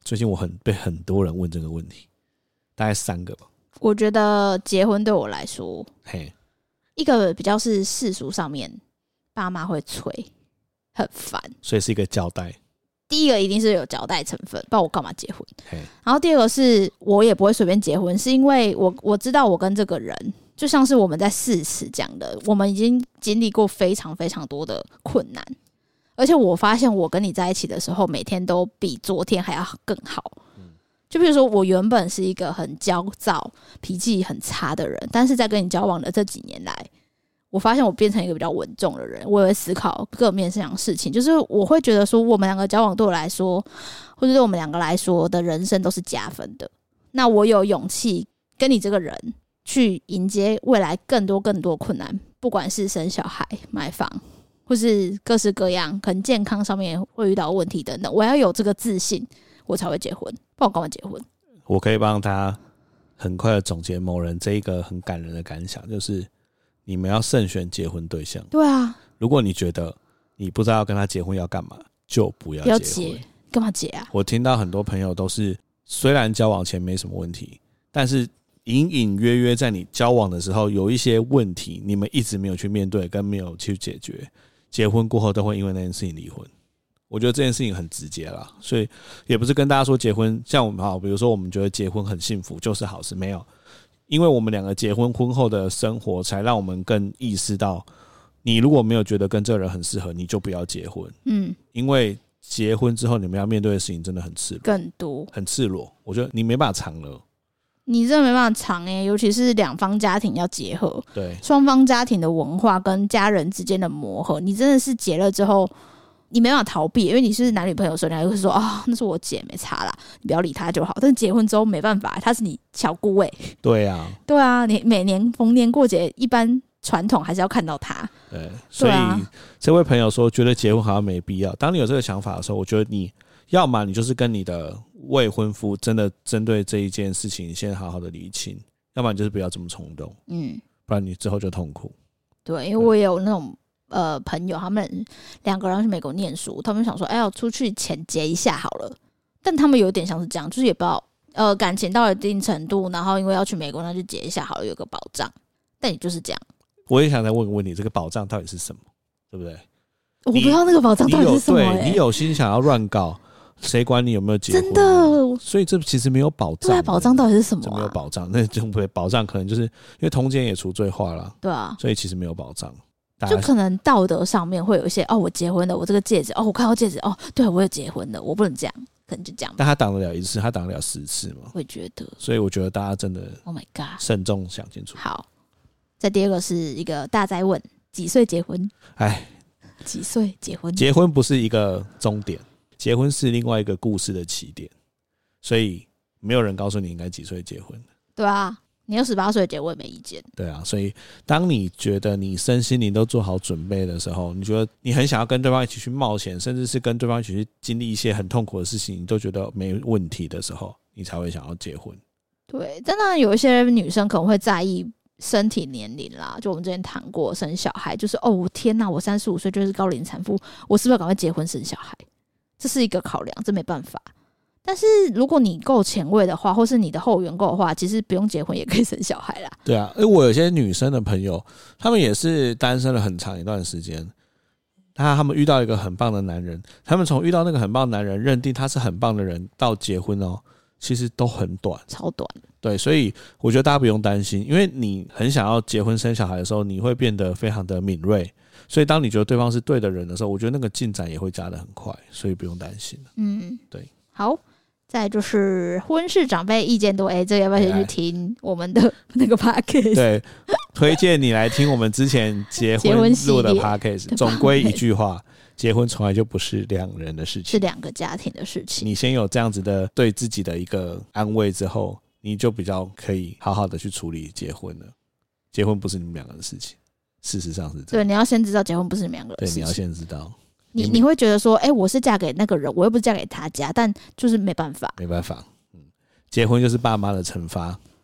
最近我被很多人问这个问题，大概3个吧。 我觉得结婚对我来说， 嘿， 一个比较是世俗上面爸妈会催，很烦， 所以是一个交代。 第一个一定是有交代成分，不然我干嘛结婚？然后第二个是我也不会随便结婚，是因为我知道我跟这个人，就像是我们在誓词讲的，我们已经经历过非常非常多的困难，而且我发现我跟你在一起的时候，每天都比昨天还要更好。就比如说，我原本是一个很焦躁、脾气很差的人，但是在跟你交往的这几年来，我发现我变成一个比较稳重的人，我也会思考各面向的事情。就是我会觉得说，我们2个交往对我来说，或者对我们2个来说的人生都是加分的。那我有勇气跟你这个人去迎接未来更多困难，不管是生小孩、买房，或是各式各样可能健康上面会遇到问题等等，我要有这个自信，我才会结婚。不然我干嘛结婚？ 我可以帮他很快的总结某人这一个很感人的感想，就是你们要慎选结婚对象。 对啊， 如果你觉得你不知道要跟他结婚要干嘛，就不要结婚。干嘛结啊？我听到很多朋友都是，虽然交往前没什么问题，但是隐隐约约在你交往的时候有一些问题，你们一直没有去面对，跟没有去解决，结婚过后都会因为那件事情离婚。我觉得这件事情很直接啦，所以也不是跟大家说结婚像我们好，比如说我们觉得结婚很幸福就是好事，没有，因为我们2个结婚婚后的生活，才让我们更意识到，你如果没有觉得跟这个人很适合，你就不要结婚。因为结婚之后你们要面对的事情真的很赤裸， 更多，很赤裸。我觉得你没办法藏了， 你真的没办法藏尤其是2方家庭要结合， 对， 双方家庭的文化跟家人之间的磨合，你真的是结了之后。你没办法逃避，因为你是男女朋友的时候，你还会说那是我姐没差啦，你不要理她就好。但是结婚之后没办法，她是你小姑对啊， 对啊，你每年逢年过节，一般传统还是要看到她。 对，所以这位朋友说觉得结婚好像没必要。当你有这个想法的时候，我觉得你要么你就是跟你的未婚夫真的针对这一件事情先好好的厘清，要么你就是不要这么冲动，不然你之后就痛苦。 对，因为我也有那种。朋友他们2个人去美国念书，他们想说，要出去钱结一下好了。但他们有点像是这样，就是也不知道，感情到了一定程度，然后因为要去美国，那就结一下好了，有个保障。但也就是这样。 我也想再问个问题，这个保障到底是什么？对不对？ 我不知道那个保障到底是什么。 对，你有心想要乱搞，谁管你有没有结婚？真的， 所以这其实没有保障。 对啊，保障到底是什么？ 没有保障，那就不会保障，可能就是因为通奸也除罪化了。 对啊， 所以其实没有保障。 就可能道德上面会有一些我结婚了，我这个戒指我看到戒指对我有结婚了，我不能这样，可能就这样。 但他挡得了1次，他挡得了10次嘛？ 我也觉得。 所以我觉得大家真的 ，Oh my god， 慎重想清楚。 好，再第2个是一个大哉问：几岁结婚？几岁结婚？ 结婚不是一个终点，结婚是另外一个故事的起点，所以没有人告诉你应该几岁结婚。 对啊。你有18岁结我也没意见。 对啊，所以当你觉得你身心灵都做好准备的时候，你觉得你很想要跟对方一起去冒险，甚至是跟对方一起去经历一些很痛苦的事情，你都觉得没问题的时候，你才会想要结婚。 对，但当然有一些女生可能会在意身体年龄啦，就我们之前谈过生小孩，就是天哪，我35岁就是高龄产妇，我是不是要赶快结婚生小孩？这是一个考量，这没办法。但是如果你够前卫的话，或是你的后援够的话，其实不用结婚也可以生小孩啦。 对啊，因为我有些女生的朋友，她们也是单身了很长一段时间，他们遇到一个很棒的男人，他们从遇到那个很棒的男人，认定他是很棒的人，到结婚其实都很短， 超短。 对，所以我觉得大家不用担心，因为你很想要结婚生小孩的时候，你会变得非常的敏锐，所以当你觉得对方是对的人的时候，我觉得那个进展也会加得很快，所以不用担心。对。 好。再来就是婚事长辈意见多，这个要不要先去听我们的那个 podcast？ 对，推荐你来听我们之前结婚录的 podcast。总归一句话，结婚从来就不是2人的事情， 是2个家庭的事情。 你先有这样子的对自己的一个安慰之后，你就比较可以好好的去处理结婚了。结婚不是你们2个的事情，事实上是这样。 对，你要先知道结婚不是你们2个的事情。 对，你要先知道。 你会觉得说，我是嫁给那个人，我又不是嫁给他家，但就是没办法， 结婚就是爸妈的惩罚。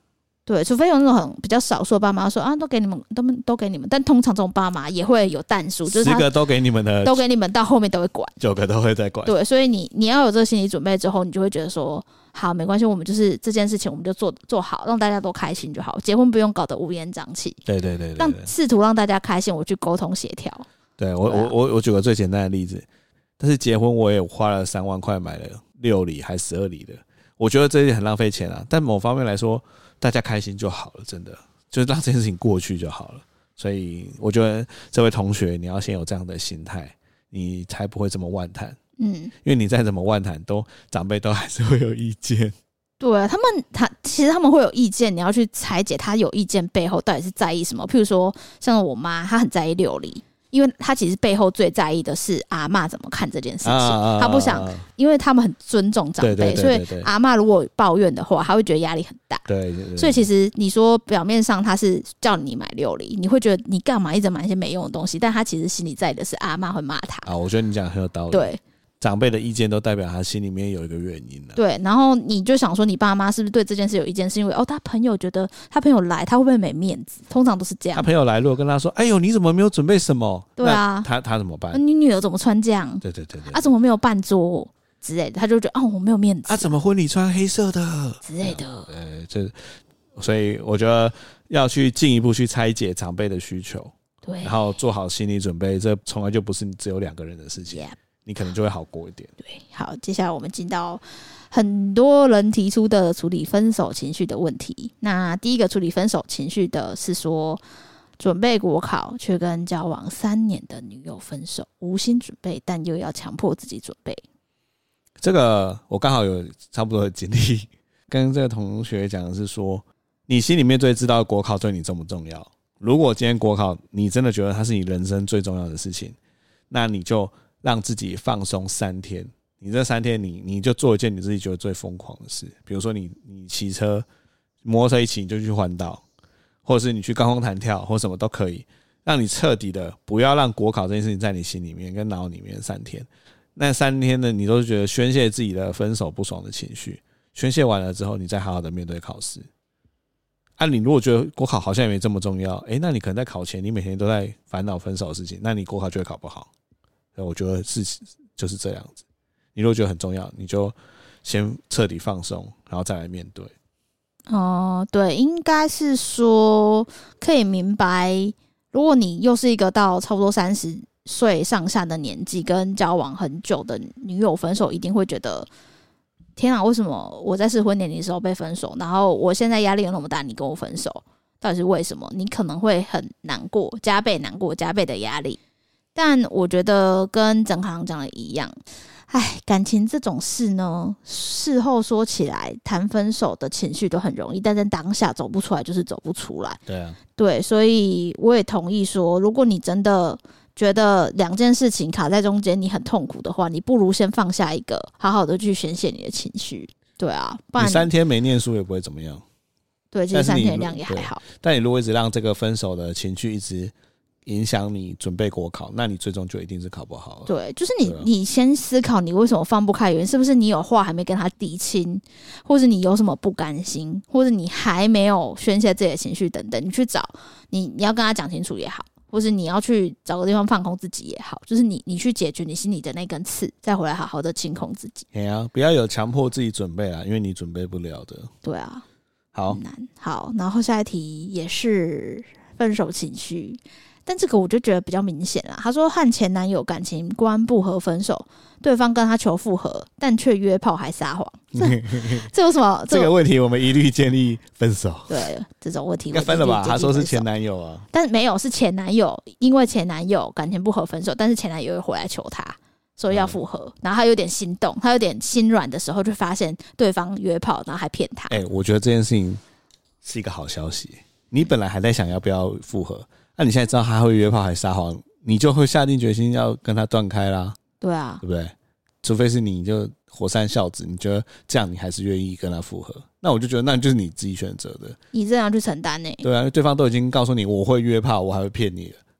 对，除非有那种很比较少数的爸妈说啊，都给你们，都给你们，但通常这种爸妈也会有但数，就是 10个都给你们的， 都给你们，到后面都会管 9个都会再管。 对，所以你要有这个心理准备之后，你就会觉得说，好，没关系，我们就是这件事情，我们就做好，让大家都开心就好。结婚不用搞得乌烟瘴气， 对， 试图让大家开心，我去沟通协调。 对我举个最简单的例子，但是结婚我也花了3万块买了6礼还12礼的，我觉得这也很浪费钱啊。但某方面来说，大家开心就好了，真的，就是让这件事情过去就好了。所以我觉得这位同学，你要先有这样的心态，你才不会这么万谈。因为你再怎么万谈，长辈都还是会有意见。 对，其实他们会有意见，你要去拆解他有意见背后到底是在意什么。譬如说，像我妈，她很在意6礼。因为他其实背后最在意的是阿嬷怎么看这件事情，他不想，因为他们很尊重长辈，所以阿嬷如果抱怨的话，他会觉得压力很大。对，所以其实你说表面上他是叫你买6礼，你会觉得你干嘛一直买一些没用的东西，但他其实心里在意的是阿嬷会骂他。 我觉得你讲的很有道理。对。长辈的意见都代表他心里面有一个原因啊。 对，然后你就想说，你爸妈是不是对这件事有意见？是因为他朋友觉得他朋友来，他会不会没面子？通常都是这样。 他朋友来，如果跟他说：“哎呦，你怎么没有准备什么？” 对啊， 他怎么办？ 你女儿怎么穿这样？ 对， 怎么没有办桌之类的？他就觉得我没有面子。 怎么婚礼穿黑色的之类的？ 所以我觉得要去进一步去拆解长辈的需求， 对， 然后做好心理准备。这从来就不是只有2个人的事情。你可能就会好过一点。 对，好，接下来我们进到很多人提出的处理分手情绪的问题。那第一个处理分手情绪的是说，准备国考却跟交往3年的女友分手，无心准备，但又要强迫自己准备。 这个我刚好有差不多的经历，跟这个同学讲的是说，你心里面最知道国考对你重不重要。如果今天国考你真的觉得它是你人生最重要的事情，那你就让自己放松3天，你这3天你就做一件你自己觉得最疯狂的事，比如说你骑车，摩托车一骑你就去环岛，或者是你去高空弹跳，或什么都可以，让你彻底的不要让国考这件事情在你心里面跟脑里面3天。那3天呢，你都是觉得宣泄自己的分手不爽的情绪，宣泄完了之后，你再好好的面对考试。你如果觉得国考好像也没这么重要，那你可能在考前你每天都在烦恼分手的事情，那你国考就会考不好。我觉得就是这样子。你如果觉得很重要，你就先彻底放松，然后再来面对。 对，应该是说可以明白，如果你又是一个到差不多30岁上下的年纪，跟交往很久的女友分手，一定会觉得天啊，为什么我在适婚年龄的时候被分手，然后我现在压力有那么大，你跟我分手，到底是为什么？你可能会很难过，加倍难过，加倍的压力。但我觉得跟整行讲的一样，感情这种事呢，事后说起来，谈分手的情绪都很容易，但在当下走不出来就是走不出来。 对啊， 对，所以我也同意说，如果你真的觉得2件事情卡在中间，你很痛苦的话，你不如先放下一个，好好的去宣泄你的情绪。对啊，不然你3天没念书也不会怎么样。 对，其实3天的量也还好。 但你如果一直让这个分手的情绪一直影响你准备国考，那你最终就一定是考不好了。 对，就是你先思考你为什么放不开，原因是不是你有话还没跟他理清，或者你有什么不甘心，或者你还没有宣泄自己的情绪等等，你去找你要跟他讲清楚也好，或是你要去找个地方放空自己也好，就是你去解决你心里的那根刺，再回来好好的清空自己。 不要有强迫自己准备啦，因为你准备不了的。 对啊， 好很难。好，然后下一题也是分手情绪。但这个我就觉得比较明显啦。他说和前男友感情观不合分手，对方跟他求复合，但却约炮还撒谎。这有什么？ 这个问题我们一律建议分手。 对，这种问题应该分了吧？他说是前男友啊， 但是没有，是前男友，因为前男友感情不合分手，但是前男友又回来求他，说要复合，然后他有点心动，他有点心软的时候，就发现对方约炮，然后还骗他。 我觉得这件事情是一个好消息。你本来还在想要不要复合，那你现在知道他会约炮还撒谎，你就会下定决心要跟他断开啦。 对啊， 对不对？除非是你就火山孝子，你觉得这样你还是愿意跟他复合，那我就觉得那就是你自己选择的， 你这样去承担呢？ 对啊，对方都已经告诉你我会约炮，我还会骗你了，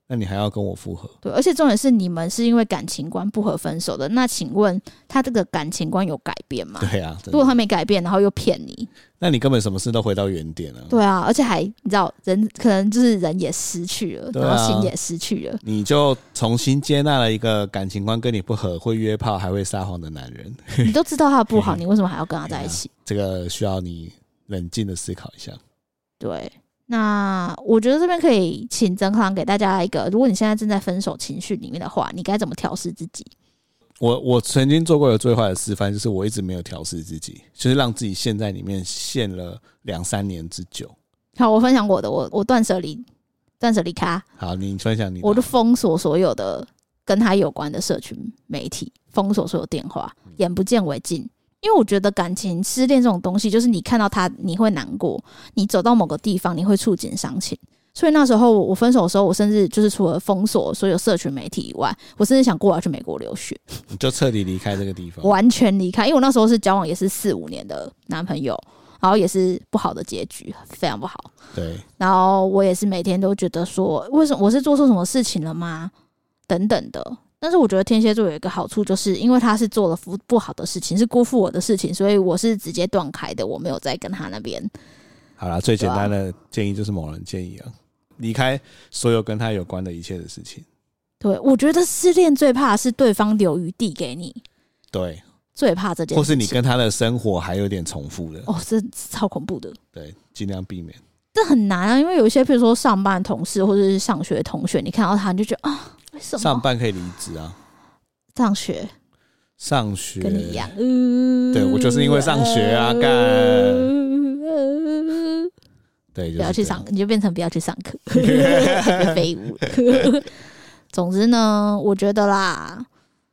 那你还要跟我复合？ 对，而且重点是你们是因为感情观不合分手的，那请问他这个感情观有改变吗？ 对啊， 如果他没改变，然后又骗你， 那你根本什么事都回到原点了。 对啊，而且还你知道人可能就是人也失去了，然后心也失去了， 你就重新接纳了一个感情观跟你不合、会约炮还会撒谎的男人。 你都知道他的不好，你为什么还要跟他在一起？ 这个需要你冷静的思考一下。 对。那我觉得这边可以请曾康给大家一个，如果你现在正在分手情绪里面的话，你该怎么调试自己？ 我曾经做过的最坏的示范，就是我一直没有调试自己，就是让自己陷在里面陷了2-3年之久。 好，我分享我的，我断舍离咖。 好，你分享你的。 我就封锁所有的跟他有关的社群媒体，封锁所有电话，眼不见为净。因为我觉得感情失恋这种东西，就是你看到他你会难过，你走到某个地方你会触景伤情。所以那时候我分手的时候，我甚至就是除了封锁所有社群媒体以外，我甚至想过要去美国留学， 你就彻底离开这个地方， 完全离开。因为我那时候是交往也是4-5年的男朋友，然后也是不好的结局，非常不好。 对， 然后我也是每天都觉得说，为什么我是做错什么事情了吗？等等的。但是我觉得天蝎座有一个好处，就是因为他是做了不好的事情，是辜负我的事情，所以我是直接断开的，我没有再跟他那边。 好啦，最简单的建议就是某人建议啊，离开所有跟他有关的一切的事情。 对，我觉得失恋最怕的是对方留余地给你。 对， 最怕这件事情， 或是你跟他的生活还有点重复的。 哦，这超恐怖的。 对，尽量避免。 这很难啊，因为有一些，譬如说上班同事或者是上学同学，你看到他你就觉得啊，为什么上班可以离职啊？上学跟你一样， 对我就是因为上学啊，干，对， 不要去上，你就变成不要去上课，废物。总之呢，我觉得啦，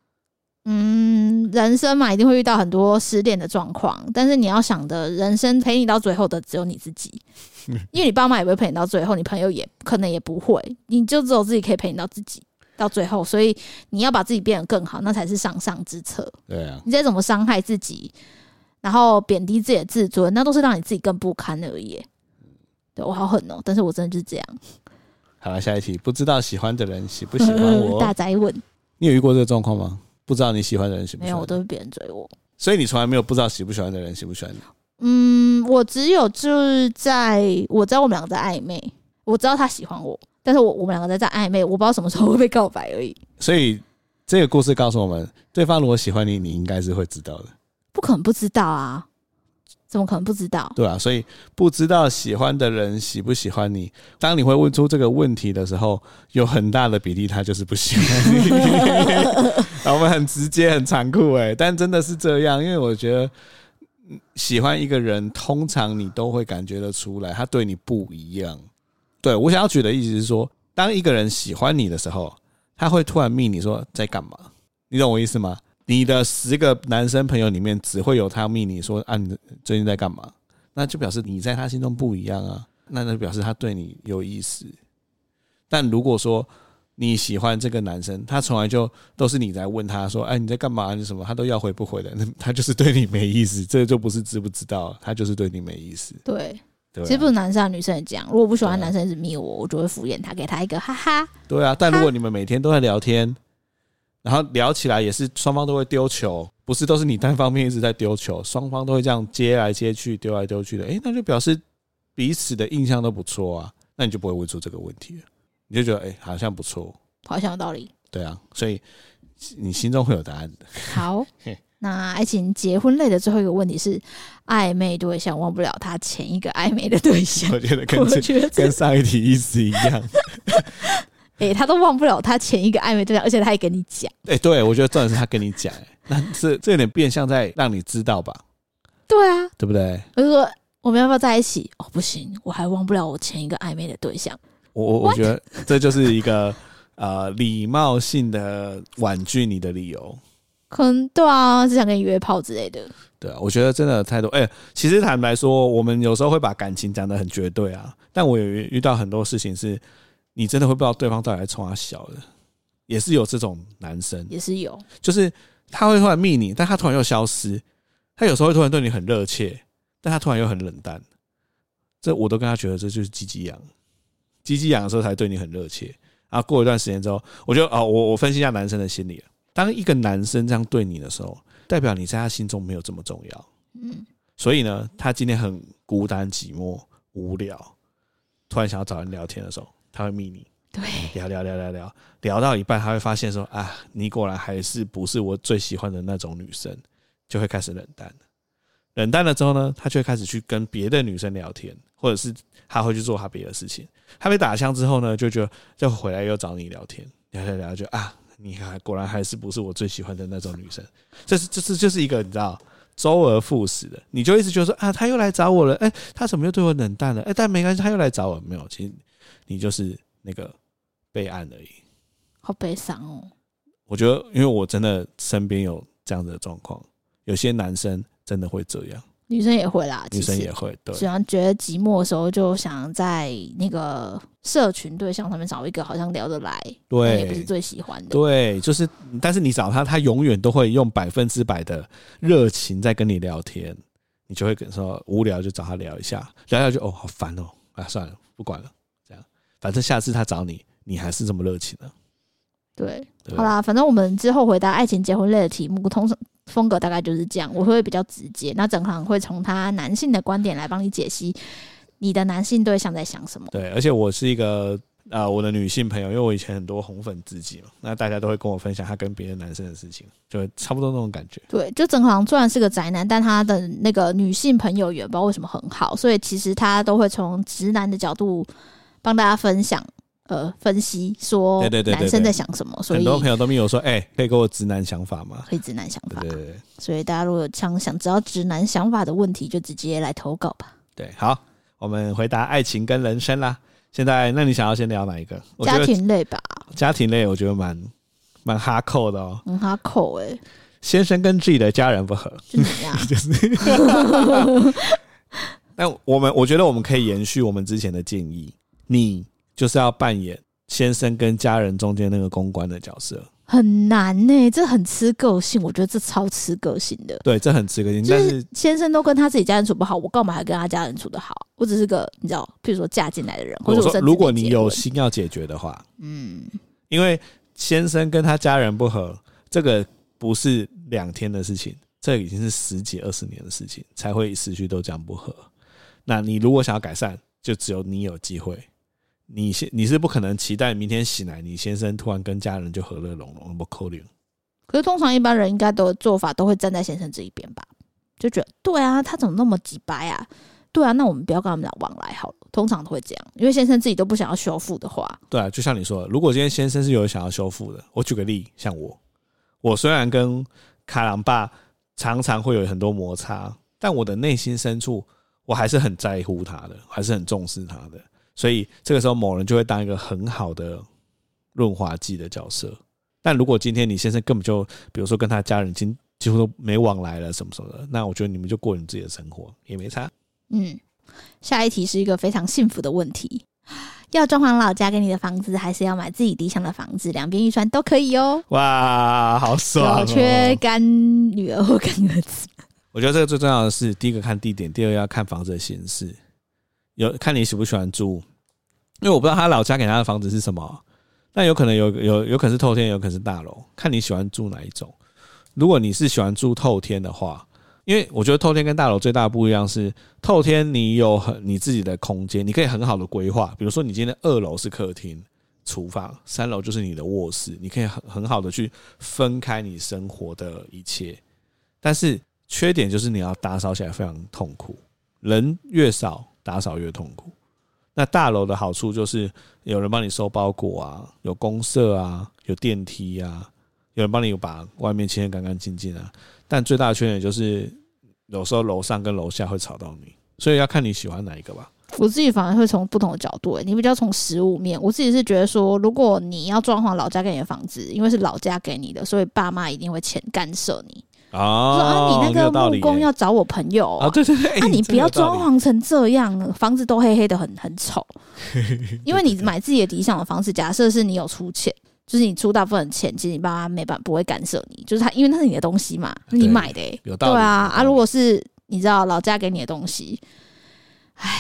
人生嘛，一定会遇到很多失恋的状况，但是你要想的，人生陪你到最后的只有你自己，因为你爸妈也不会陪你到最后，你朋友也可能也不会，你就只有自己可以陪你到自己到最后，所以你要把自己变得更好，那才是上上之策。 对啊， 你再怎么伤害自己，然后贬低自己的自尊，那都是让你自己更不堪而已。对，我好狠哦，但是我真的就是这样。 好了，下一题，不知道喜欢的人喜不喜欢我？ 大宅问， 你有遇过这个状况吗？不知道你喜欢的人喜不喜欢你？ 没有，我都是别人追我， 所以你从来没有不知道喜不喜欢的人喜不喜欢你？ 我只有就是我知道我们两个在暧昧，我知道他喜欢我，但是我们两个在暧昧，我不知道什么时候会被告白而已。 所以这个故事告诉我们，对方如果喜欢你，你应该是会知道的。 不可能不知道啊，怎么可能不知道？ 对啊，所以不知道喜欢的人喜不喜欢你，当你会问出这个问题的时候，有很大的比例他就是不喜欢你。我们很直接很残酷但真的是这样，因为我觉得喜欢一个人，通常你都会感觉得出来他对你不一样。对，我想要举的意思是说，当一个人喜欢你的时候，他会突然密你说在干嘛，你懂我意思吗？你的10个男生朋友里面只会有他密你说你最近在干嘛，那就表示你在他心中不一样啊，那就表示他对你有意思。但如果说你喜欢这个男生，他从来就都是你在问他说你在干嘛你什么，他都要回不回的，他就是对你没意思，这就不是知不知道，他就是对你没意思。 对， 对啊， 其实不是男生女生也这样，如果不喜欢男生一直密我就会敷衍他，给他一个哈哈。 对啊，但如果你们每天都在聊天，然后聊起来也是双方都会丢球，不是都是你单方面一直在丢球，双方都会这样接来接去丢来丢去的，那就表示彼此的印象都不错啊，那你就不会问出这个问题了，你就觉得好像不错， 好像有道理。 对啊，所以你心中会有答案的。 好，那爱情结婚类的最后一个问题是，暧昧对象忘不了他前一个暧昧的对象。 我觉得跟上一题意思一样。 他都忘不了他前一个暧昧对象，而且他还跟你讲。 对，我觉得重点是他跟你讲，那这有点变相在让你知道吧？ 对啊， 对不对？ 我就说我们要不要在一起？不行，我还忘不了我前一个暧昧的对象。 我觉得这就是一个礼貌性的婉拒你的理由。 可能对啊，只想跟你约炮之类的。 对啊，我觉得真的太多。其实坦白说，我们有时候会把感情讲得很绝对啊，但我有遇到很多事情是，你真的会不知道对方到底在冲他小的，也是有这种男生， 也是有， 就是他会突然密你，但他突然又消失。他有时候会突然对你很热切，但他突然又很冷淡。这我都跟他觉得这就是鸡鸡痒，鸡鸡痒的时候才对你很热切， 啊，过一段时间之后，我就我分析一下男生的心理了。当一个男生这样对你的时候，代表你在他心中没有这么重要。所以呢，他今天很孤单、寂寞、无聊，突然想要找人聊天的时候，他会密你。对，聊到一半，他会发现说啊，你果然还是不是我最喜欢的那种女生，就会开始冷淡。冷淡了之后呢，他就会开始去跟别的女生聊天，或者是他会去做他别的事情。他被打枪之后呢，就回来又找你聊天，聊就啊，你果然还是不是我最喜欢的那种女生。这就是一个你知道周而复始的，你就一直觉得说啊，他又来找我了，他怎么又对我冷淡了？但没关系，他又来找我，没有，其实你就是那个备案而已。 好悲伤哦。 我觉得，因为我真的身边有这样的状况，有些男生真的会这样， 女生也会啦， 女生也会，对， 喜欢觉得寂寞的时候，就想在那个社群对象上面找一个好像聊得来， 对， 也不是最喜欢的， 对，就是，但是你找他，他永远都会用100%的热情在跟你聊天，你就会跟说无聊就找他聊一下，聊就好烦哦，算了，不管了，这样，反正下次他找你，你还是这么热情的。 对，好啦，反正我们之后回答爱情结婚类的题目，通常风格大概就是这样，我会比较直接，那整行会从他男性的观点来帮你解析你的男性对象在想什么。对， 而且我是一个我的女性朋友，因为我以前很多红粉知己嘛，那大家都会跟我分享他跟别的男生的事情，就差不多那种感觉。对， 就整行虽然是个宅男，但他的那个女性朋友缘不知道为什么很好，所以其实他都会从直男的角度帮大家分享。分析说男生在想什么，所以很多朋友都密我说，可以给我直男想法吗？ 可以直男想法， 对， 所以大家如果想知道直男想法的问题，就直接来投稿吧。 对，好，我们回答爱情跟人生啦。现在，那你想要先聊哪一个？ 家庭类吧。 家庭类，我觉得蛮哈扣的哦， 很哈扣先生跟自己的家人不合， 就怎样？ 就是。但我觉得我们可以延续我们之前的建议，你就是要扮演先生跟家人中间那个公关的角色， 很难这很吃个性，我觉得这超吃个性的。 对，这很吃个性，但是先生都跟他自己家人处不好，我干嘛还跟他家人处得好？我只是个你知道，譬如说嫁进来的人，或者我说如果你有心要解决的话，因为先生跟他家人不合，这个不是2天的事情，这已经是10几20年的事情，才会持续都这样不合。那你如果想要改善，就只有你有机会。你是不可能期待明天醒来，你先生突然跟家人就和乐融融，不可能。 可是通常一般人应该的做法都会站在先生这一边吧？就觉得对啊，他怎么那么鸡掰啊？对啊，那我们不要跟他们俩往来好了。通常都会这样，因为先生自己都不想要修复的话。 对啊，就像你说的，如果今天先生是有想要修复的，我举个例，像我虽然跟卡郎爸常常会有很多摩擦，但我的内心深处，我还是很在乎他的，还是很重视他的。所以这个时候某人就会当一个很好的润滑剂的角色。但如果今天你先生根本就比如说跟他家人已经几乎都没往来了什么什么的，那我觉得你们就过你自己的生活也没差。 下一题是一个非常幸福的问题，要装潢老家给你的房子，还是要买自己理想的房子？两边预算都可以哦。 哇，好爽有缺干女儿或干儿子。 我觉得这个最重要的是，第一个看地点，第二个要看房子的形式。看你喜不喜欢租，因为我不知道他老家给他的房子是什么，但有可能有可能是透天，有可能是大楼，看你喜欢住哪一种。如果你是喜欢住透天的话，因为我觉得透天跟大楼最大的不一样是，透天你有你自己的空间，你可以很好的规划，比如说你今天2楼是客厅、厨房，3楼就是你的卧室，你可以很好的去分开你生活的一切。但是缺点就是你要打扫起来非常痛苦，人越少打扫越痛苦。那大楼的好处就是有人帮你收包裹啊，有公社啊，有电梯啊，有人帮你把外面清得干干净净啊。但最大的缺点就是有时候楼上跟楼下会吵到你，所以要看你喜欢哪一个吧。 我自己反而会从不同的角度，你比较从实务面。我自己是觉得说，如果你要装潢老家给你的房子，因为是老家给你的，所以爸妈一定会干涉你。说你那个木工要找我朋友对对对， 你不要装潢成这样，房子都黑黑的很丑。因为你买自己的理想的房子，假设是你有出钱，就是你出大部分的钱，其实你爸妈不会干涉你，就是因为那是你的东西嘛，你买的有道理。 对啊，如果是你知道老家给你的东西，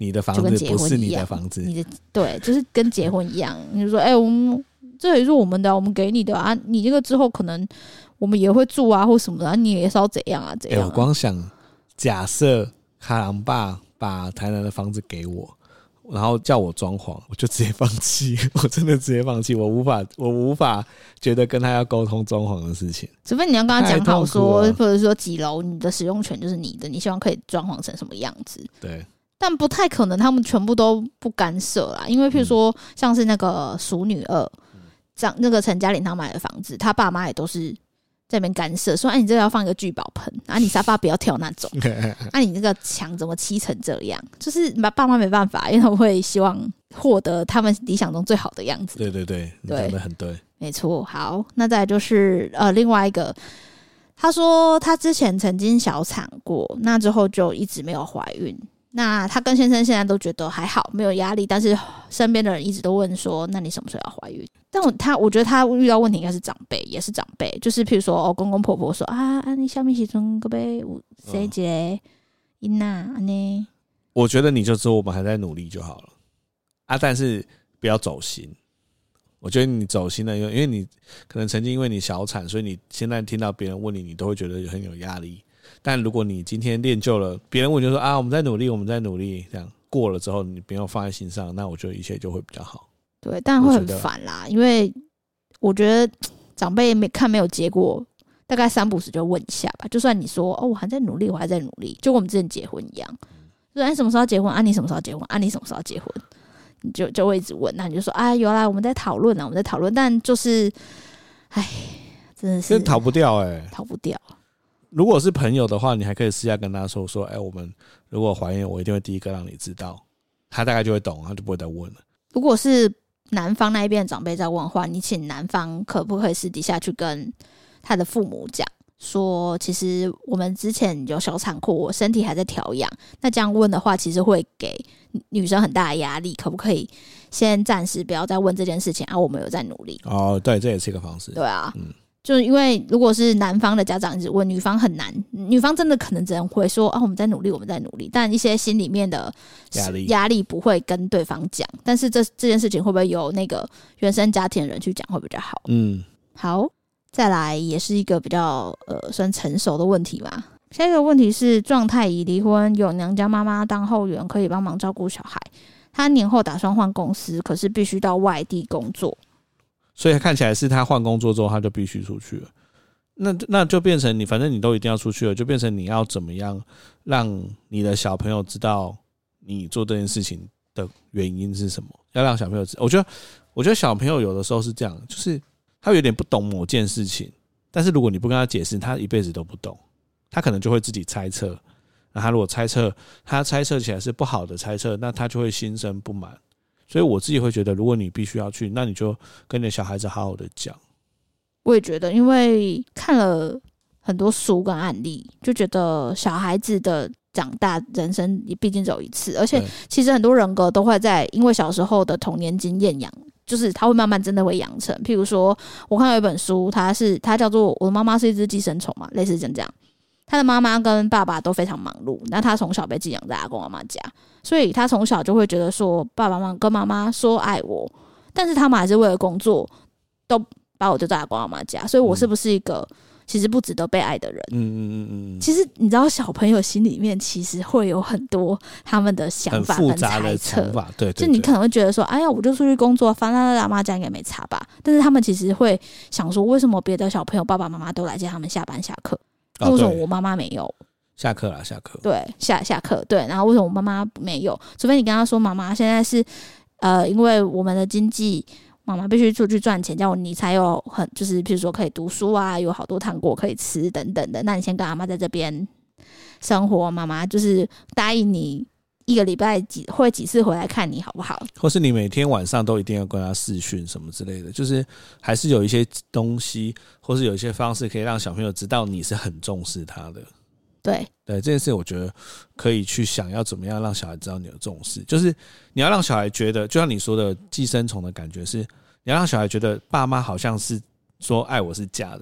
你的房就跟子不是你结婚一样， 的房子， 你的对，就是跟结婚一样。你就说，我们这也是我们的，我们给你的啊，你这个之后可能我们也会住啊，或什么的，你也是要怎样啊，怎样啊。 我光想假设卡郎爸把台南的房子给我，然后叫我装潢，我就直接放弃，我真的直接放弃，我无法觉得跟他要沟通装潢的事情， 除非你要跟他讲好说， 太痛苦了或者说几楼你的使用权就是你的，你希望可以装潢成什么样子。 对， 但不太可能他们全部都不干涉啦，因为譬如说像是那个熟女二，那个陈嘉玲她买的房子，她爸妈也都是在那边干涉，说你这个要放一个聚宝盆，你沙发不要挑那种，你那个墙怎么漆成这样，就是爸妈没办法，因为他们会希望获得他们理想中最好的样子。 对对对，你讲得很对， 没错。好，那再来就是另外一个，他说他之前曾经小产过，那之后就一直没有怀孕。那他跟先生现在都觉得还好，没有压力，但是身边的人一直都问说，那你什么时候要怀孕？但我觉得他遇到问题应该是长辈，也是长辈，就是譬如说公公婆婆说你下面时阵可不可以有生一个囡仔呢？ 我觉得你就说我们还在努力就好了但是不要走心。我觉得你走心了，因为你可能曾经因为你小产，所以你现在听到别人问你，你都会觉得很有压力。但如果你今天练就了，别人问就说我们在努力，我们在努力，这样过了之后，你不用放在心上，那我觉得一切就会比较好。 对，但会很烦啦，因为我觉得长辈没有结果，大概3不5时就问一下吧。就算你说我还在努力，我还在努力，就跟我们之前结婚一样，说你什么时候要结婚？你什么时候要结婚？你什么时候要结婚？你就会一直问，那你就说有啦，我们在讨论啊，我们在讨论，但就是真的是逃不掉逃不掉。 如果是朋友的话，你还可以私下跟他说我们如果怀孕，我一定会第一个让你知道，他大概就会懂，他就不会再问了。 如果是男方那一边的长辈在问的话，你请男方可不可以私底下去跟他的父母讲，说其实我们之前有小产过，我身体还在调养，那这样问的话，其实会给女生很大的压力，可不可以先暂时不要再问这件事情我们有在努力。 对，这也是一个方式。 对啊，就是因为如果是男方的家长一直问，女方很难，女方真的可能只能会说我们在努力，我们在努力，但一些心里面的压力不会跟对方讲，但是这件事情会不会由那个原生家庭的人去讲会比较好。好，再来也是一个比较算成熟的问题嘛。下一个问题是状态已离婚，有娘家妈妈当后援可以帮忙照顾小孩，他年后打算换公司，可是必须到外地工作， 所以看起来是他换工作之后他就必须出去了，那就变成反正你都一定要出去了，就变成你要怎么样让你的小朋友知道你做这件事情的原因是什么，要让小朋友知道。我觉得小朋友有的时候是这样，就是他有点不懂某件事情，但是如果你不跟他解释，他一辈子都不懂，他可能就会自己猜测，那他如果他猜测起来是不好的猜测，那他就会心生不满。所以我自己会觉得，如果你必须要去，那你就跟你的小孩子好好的讲。 我也觉得，因为看了很多书跟案例，就觉得小孩子的长大人生毕竟只有一次，而且其实很多人格都会因为小时候的童年经验就是他会慢慢真的会养成。譬如说我看到一本书，它叫做《我的妈妈是一只寄生虫》嘛，类似这样。他的妈妈跟爸爸都非常忙碌，那他从小被寄养在阿公阿嬷家，所以他从小就会觉得说，爸爸妈妈跟妈妈说爱我，但是他们还是为了工作都把我丢在阿公阿嬷家，所以我是不是一个其实不值得被爱的人？其实你知道，小朋友心里面其实会有很多他们的想法跟猜测， 对， 就你可能会觉得说，哎呀，我就出去工作，反正阿嬷家应该没差吧。但是他们其实会想说，为什么别的小朋友爸爸妈妈都来接他们下班下课？为什么我妈妈没有？ 下课啦，下课。对， 下课。对，然后为什么我妈妈没有？除非你跟她说，妈妈现在是因为我们的经济，妈妈必须出去赚钱，这样你才有就是譬如说可以读书啊，有好多糖果可以吃等等的。那你先跟阿嬷在这边生活，妈妈就是答应你1个礼拜会几次回来看你好不好？ 或是你每天晚上都一定要跟他视讯什么之类的，就是还是有一些东西，或是有一些方式可以让小朋友知道你是很重视他的。对，这件事我觉得可以去想要怎么样让小孩知道你有重视，就是你要让小孩觉得，就像你说的寄生虫的感觉是，你要让小孩觉得爸妈好像是说爱我是假的，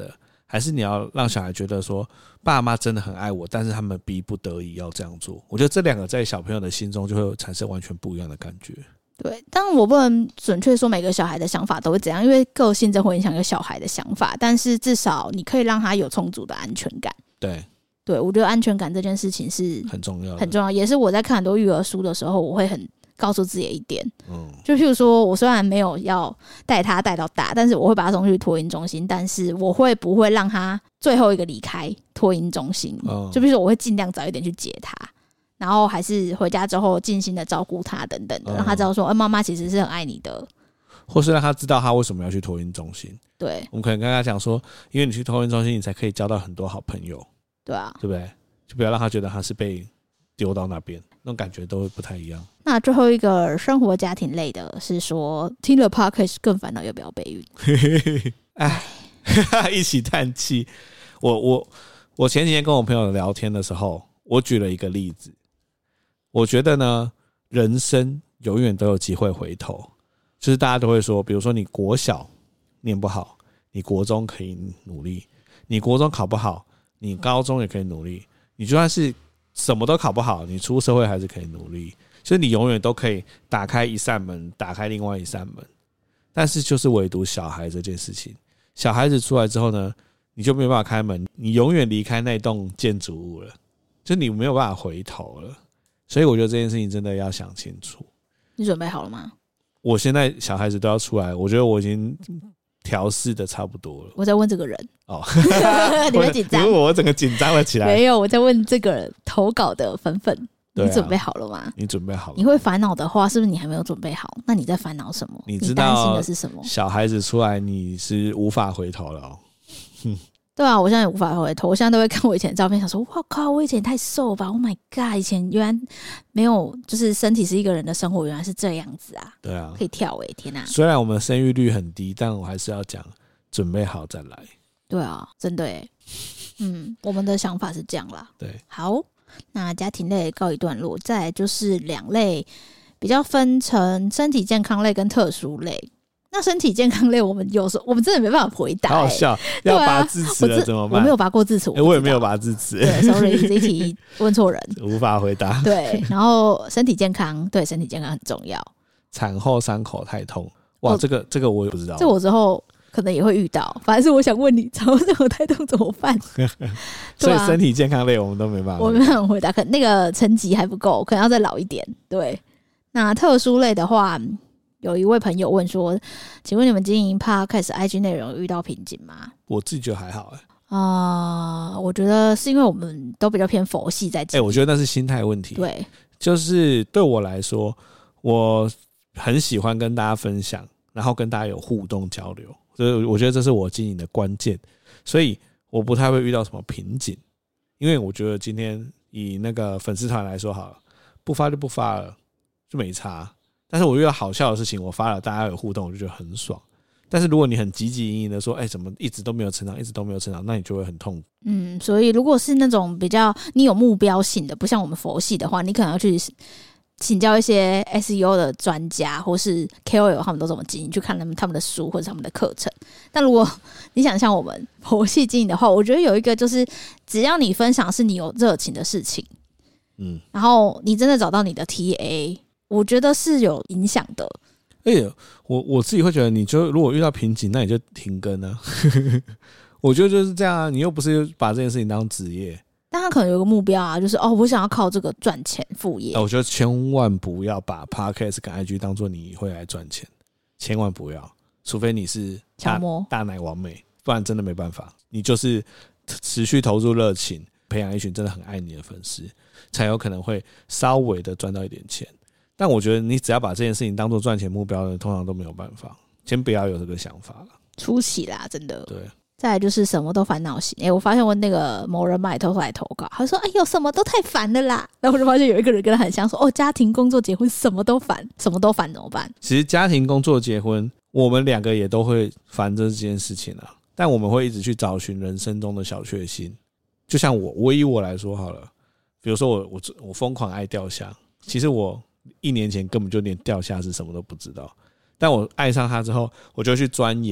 还是你要让小孩觉得说爸妈真的很爱我，但是他们逼不得已要这样做？我觉得这两个在小朋友的心中就会产生完全不一样的感觉。 对，但我不能准确说每个小孩的想法都会怎样，因为个性真会影响一个小孩的想法。但是至少你可以让他有充足的安全感。 对， 我觉得安全感这件事情是很重要的， 很重要，也是我在看很多育儿书的时候，我会很告诉自己的一点。就譬如说，我虽然没有要带他带到大，但是我会把他送去托婴中心，但是我会不会让他最后一个离开托婴中心？就比如说，我会尽量早一点去接他。然后还是回家之后尽心的照顾他等等的，让他知道说，妈妈其实是很爱你的， 或是让他知道他为什么要去托婴中心。 对， 我们可能跟他讲说，因为你去托婴中心，你才可以交到很多好朋友。 对啊， 对不对？就不要让他觉得他是被丢到那边，那种感觉都会不太一样。 那最后一个生活家庭类的是说，听了 Podcast 更烦恼要不要备孕？ 哎，一起叹气。我前几天跟我朋友聊天的时候，我举了一个例子。我觉得呢，人生永远都有机会回头，就是大家都会说，比如说你国小念不好，你国中可以努力；你国中考不好，你高中也可以努力；你就算是什么都考不好，你出社会还是可以努力。所以你永远都可以打开一扇门，打开另外一扇门。但是就是唯独小孩这件事情，小孩子出来之后呢，你就没有办法开门，你永远离开那栋建筑物了，就你没有办法回头了。所以我觉得这件事情真的要想清楚。 你准备好了吗？ 我现在小孩子都要出来，我觉得我已经调试的差不多了。 我在问这个人哦， 你会紧张？ 因为我整个紧张了起来。 没有，我在问这个投稿的粉粉， 你准备好了吗？ 你准备好了？ 你会烦恼的话，是不是你还没有准备好？那你在烦恼什么？ 你知道担心的是什么？ 小孩子出来，你是无法回头了哦。 对啊，我现在也无法回头。我现在都会看我以前的照片，想说：哇靠，我以前太瘦吧 ！Oh my god， 以前原来没有，就是身体是一个人的生活，原来是这样子啊！ 对啊， 可以跳天哪！ 虽然我们生育率很低，但我还是要讲，准备好再来。 对啊，真的耶。我们的想法是这样啦。 对， 好，那家庭类告一段落，再来就是两类，比较分成身体健康类跟特殊类。那身体健康类，我们有时候我们真的没办法回答、 好好笑，要拔智齿了怎么办？ 我没有拔过智齿， 我也没有拔智齿。 对 ，sorry， 这一题问错人， 无法回答。 对，然后身体健康，对，身体健康很重要。 产后伤口太痛，哇，这个我也不知道。 这我之后可能也会遇到，反正是我想问你，产后伤口太痛怎么办？ 所以身体健康类我们都没办法， 我没办法回答，可能那个层级还不够，可能要再老一点。对，那特殊类的话。有一位朋友问说：“请问你们经营 Podcast IG 内容有遇到瓶颈吗？” 我自己觉得还好我觉得是因为我们都比较偏佛系在经营。 我觉得那是心态问题。 对， 就是对我来说，我很喜欢跟大家分享，然后跟大家有互动交流，所以我觉得这是我经营的关键。所以我不太会遇到什么瓶颈，因为我觉得今天以那个粉丝团来说好了，不发就不发了，就没差。但是我遇到好笑的事情，我发了，大家有互动，我就觉得很爽。但是如果你很汲汲营营的说，怎么一直都没有成长，一直都没有成长，那你就会很痛苦。 所以如果是那种比较你有目标性的，不像我们佛系的话，你可能要去请教一些 SEO 的专家，或是 KOL 他们都怎么经营，去看他们的书或者他们的课程。但如果你想像我们佛系经营的话，我觉得有一个就是，只要你分享是你有热情的事情，然后你真的找到你的 TA。我觉得是有影响的。 我自己会觉得，你就如果遇到瓶颈，那你就停更啊。我觉得就是这样啊，你又不是把这件事情当职业。 但他可能有个目标啊，就是我想要靠这个赚钱副业。 我觉得千万不要把 Podcast 跟 IG 当做你会来赚钱，千万不要，除非你是大奶王美，不然真的没办法。你就是持续投入热情，培养一群真的很爱你的粉丝，才有可能会稍微的赚到一点钱。但我觉得你只要把这件事情当作赚钱目标的，通常都没有办法。先不要有这个想法了， 初期啦，真的。 对。 再来就是什么都烦恼型。我发现我那个某人买偷来投稿，他说：“哎呦，什么都太烦了啦。”然后我就发现有一个人跟他很像，说：“家庭、工作、结婚，什么都烦，什么都烦怎么办？” 其实家庭、工作、结婚，我们两个也都会烦这件事情啊。但我们会一直去找寻人生中的小确幸。就像我以我来说好了，比如说我疯狂爱钓虾，其实我1年前根本就连钓虾是什么都不知道，但我爱上它之后，我就去钻研，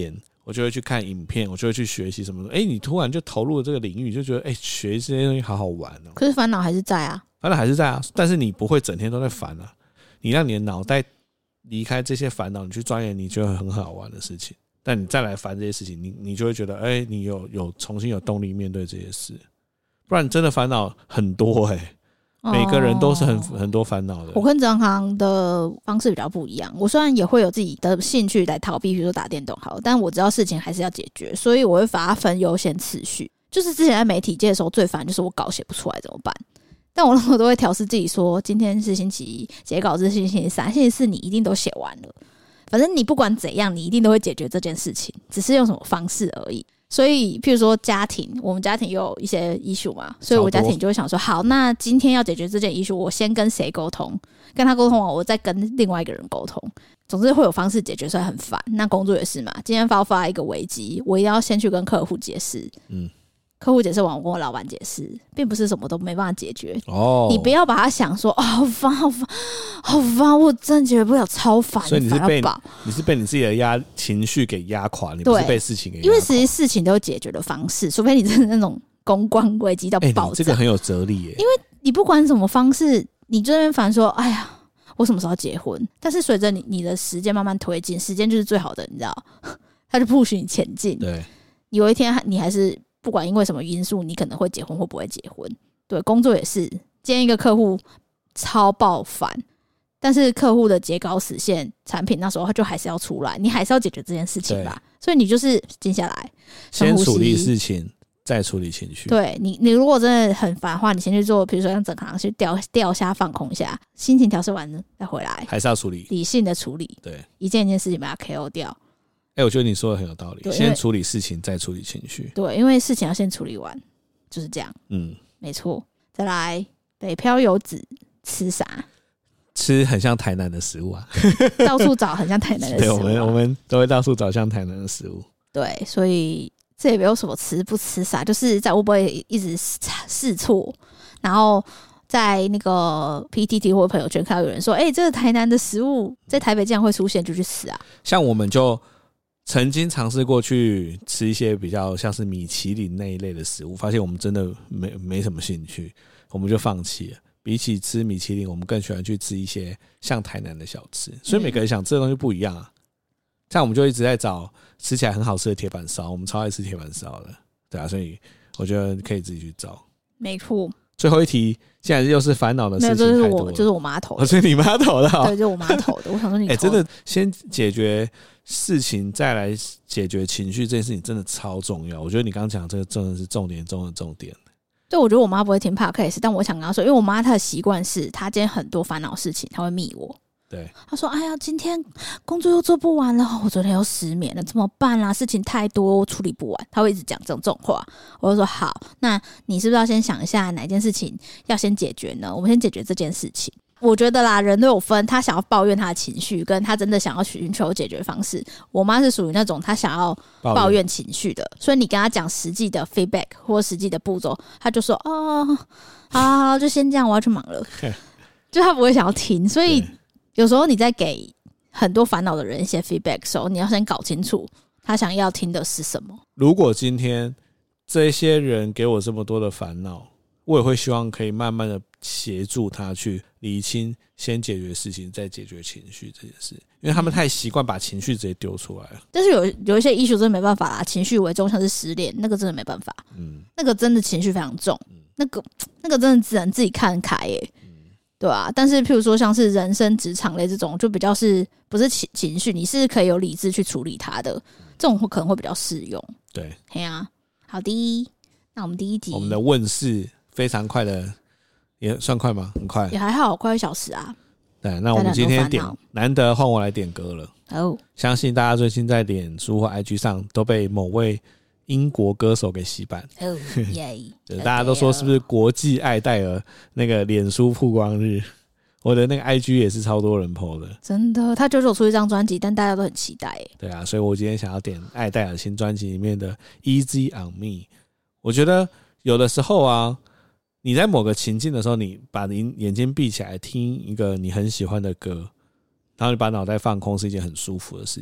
我就会去看影片，我就会去学习什么。你突然就投入了这个领域，就觉得学这些东西好好玩哦。 可是烦恼还是在啊， 烦恼还是在啊，但是你不会整天都在烦啊。你让你的脑袋离开这些烦恼，你去钻研你觉得很好玩的事情，但你再来烦这些事情，你就会觉得你有重新有动力面对这些事。不然真的烦恼很多每个人都是很多烦恼的。 我跟张航的方式比较不一样，我虽然也会有自己的兴趣来逃避，比如说打电动好，但我知道事情还是要解决，所以我会把它分优先次序。就是之前在媒体界的时候最烦就是我稿写不出来怎么办，但我那时候都会调试自己说，今天是星期一，截稿是星期三，星期四你一定都写完了，反正你不管怎样你一定都会解决这件事情，只是用什么方式而已。所以譬如说家庭，我们家庭有一些 issue 嘛，所以我家庭就会想说，好，那今天要解决这件 issue， 我先跟谁沟通，跟他沟通完我再跟另外一个人沟通，总之会有方式解决，所以很烦。那工作也是嘛，今天发一个危机，我一定要先去跟客户解释，客户解释完，我跟我老板解释，并不是什么都没办法解决。你不要把它想说好烦好烦好烦，我真的解决不了，超烦。 所以你是被你自己的情绪给压垮，你不是被事情给压垮。 因为其实事情都有解决的方式，除非你真的那种公关危机到爆炸。 你这个很有哲理耶。 因为你不管什么方式，你就在那边烦说，哎呀，我什么时候结婚？但是随着你的时间慢慢推进，时间就是最好的，你知道，它就 push 你前进。 对， 有一天你还是。不管因为什么因素，你可能会结婚或不会结婚。对，工作也是，见一个客户超爆烦，但是客户的截稿死线，产品那时候他就还是要出来，你还是要解决这件事情吧。所以你就是静下来， 先处理事情，再处理情绪。 对你如果真的很烦的话，你先去做，比如说像整行去钓虾放空一下，心情调试完再回来， 还是要处理， 理性的处理。对，一件事情把它 KO 掉。 我觉得你说的很有道理，先处理事情再处理情绪。 对，因为事情要先处理完，就是这样。没错。再来，北漂游子吃啥？ 吃很像台南的食物啊， 到处找很像台南的食物啊。 对，我们都会到处找像台南的食物。 对，所以这也没有什么吃不吃啥，就是在 Uber 一直试错，然后在那个 PTT 或朋友圈看到有人说，这个台南的食物在台北竟然会出现，就去吃啊。 像我们就曾经尝试过去吃一些比较像是米其林那一类的食物，发现我们真的没什么兴趣，我们就放弃了。比起吃米其林，我们更喜欢去吃一些像台南的小吃，所以每个人想吃的东西不一样啊。像我们就一直在找吃起来很好吃的铁板烧，我们超爱吃铁板烧的，对啊，所以我觉得可以自己去找。 没错。 最后一题，既然又是烦恼的事情太多了， 就是我妈投的， 是你妈投的。 对，就是我妈投的。我想说你投的， 真的先解决事情，再来解决情绪，这件事情真的超重要。我觉得你刚刚讲这个真的是重点中的重点。 对，我觉得我妈不会听 podcast， 但我想跟她说，因为我妈她的习惯是，她今天很多烦恼事情，她会密我。 对， 她说：“哎呀，今天工作又做不完了，我昨天又失眠了，怎么办啊？事情太多，我处理不完。”她会一直讲这种话。我就说：“好，那你是不是要先想一下哪件事情要先解决呢？我们先解决这件事情。”我觉得啦，人都有分，他想要抱怨他的情绪，跟他真的想要寻求解决方式。我妈是属于那种他想要抱怨情绪的，所以你跟他讲实际的 feedback 或实际的步骤，他就说：“哦，好，就先这样，我要去忙了。”就他不会想要听，所以有时候你在给很多烦恼的人一些 feedback 的时候，你要先搞清楚他想要听的是什么。 如果今天这些人给我这么多的烦恼，我也会希望可以慢慢的协助他去厘清，先解决事情，再解决情绪这件事，因为他们太习惯把情绪直接丢出来了。 但是有一些issue真的没办法啦，情绪为重，像是失恋，那个真的没办法。那个真的情绪非常重，那个真的只能自己看开耶。对啊，但是譬如说像是人生职场类这种，就比较是不是情绪，你是可以有理智去处理它的，这种可能会比较适用。 对， 嘿啊，好的，那我们第一集， 我们的问世非常快的，也算快吗？很快， 也还好，快1小时啊。 对，那我们今天难得换我来点歌了。相信大家最近在脸书或 IG 上都被某位英国歌手给洗版。就是大家都说是不是国际爱戴尔那个脸书曝光日？我的那个 IG 也是超多人 po 的， 真的。他久久出一张专辑，但大家都很期待耶。 对啊，所以我今天想要点爱戴尔新专辑里面的 Easy on Me。我觉得有的时候啊，你在某个情境的时候，你把眼睛闭起来听一个你很喜欢的歌，然后你把脑袋放空，是一件很舒服的事情。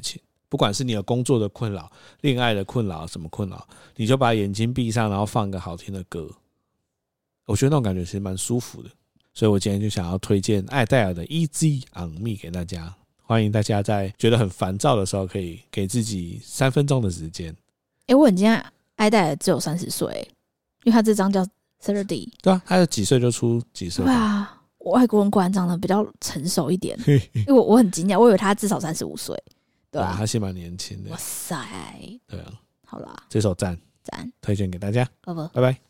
不管是你有工作的困扰、恋爱的困扰、什么困扰，你就把眼睛闭上，然后放个好听的歌，我觉得那种感觉其实蛮舒服的。所以我今天就想要推荐艾戴尔的 Easy on Me 给大家，欢迎大家在觉得很烦躁的时候，可以给自己3分钟的时间。 我很惊讶，艾戴尔只有30岁，因为他这张叫 30。 对啊，他有几岁就出几岁。 对啊，外国人果然长得比较成熟一点，因为我很惊讶，我以为他至少35岁。对啊， 他是蛮年轻的。 哇塞， 对啊， 好啦， 这首赞赞， 推荐给大家， 拜拜。 拜拜。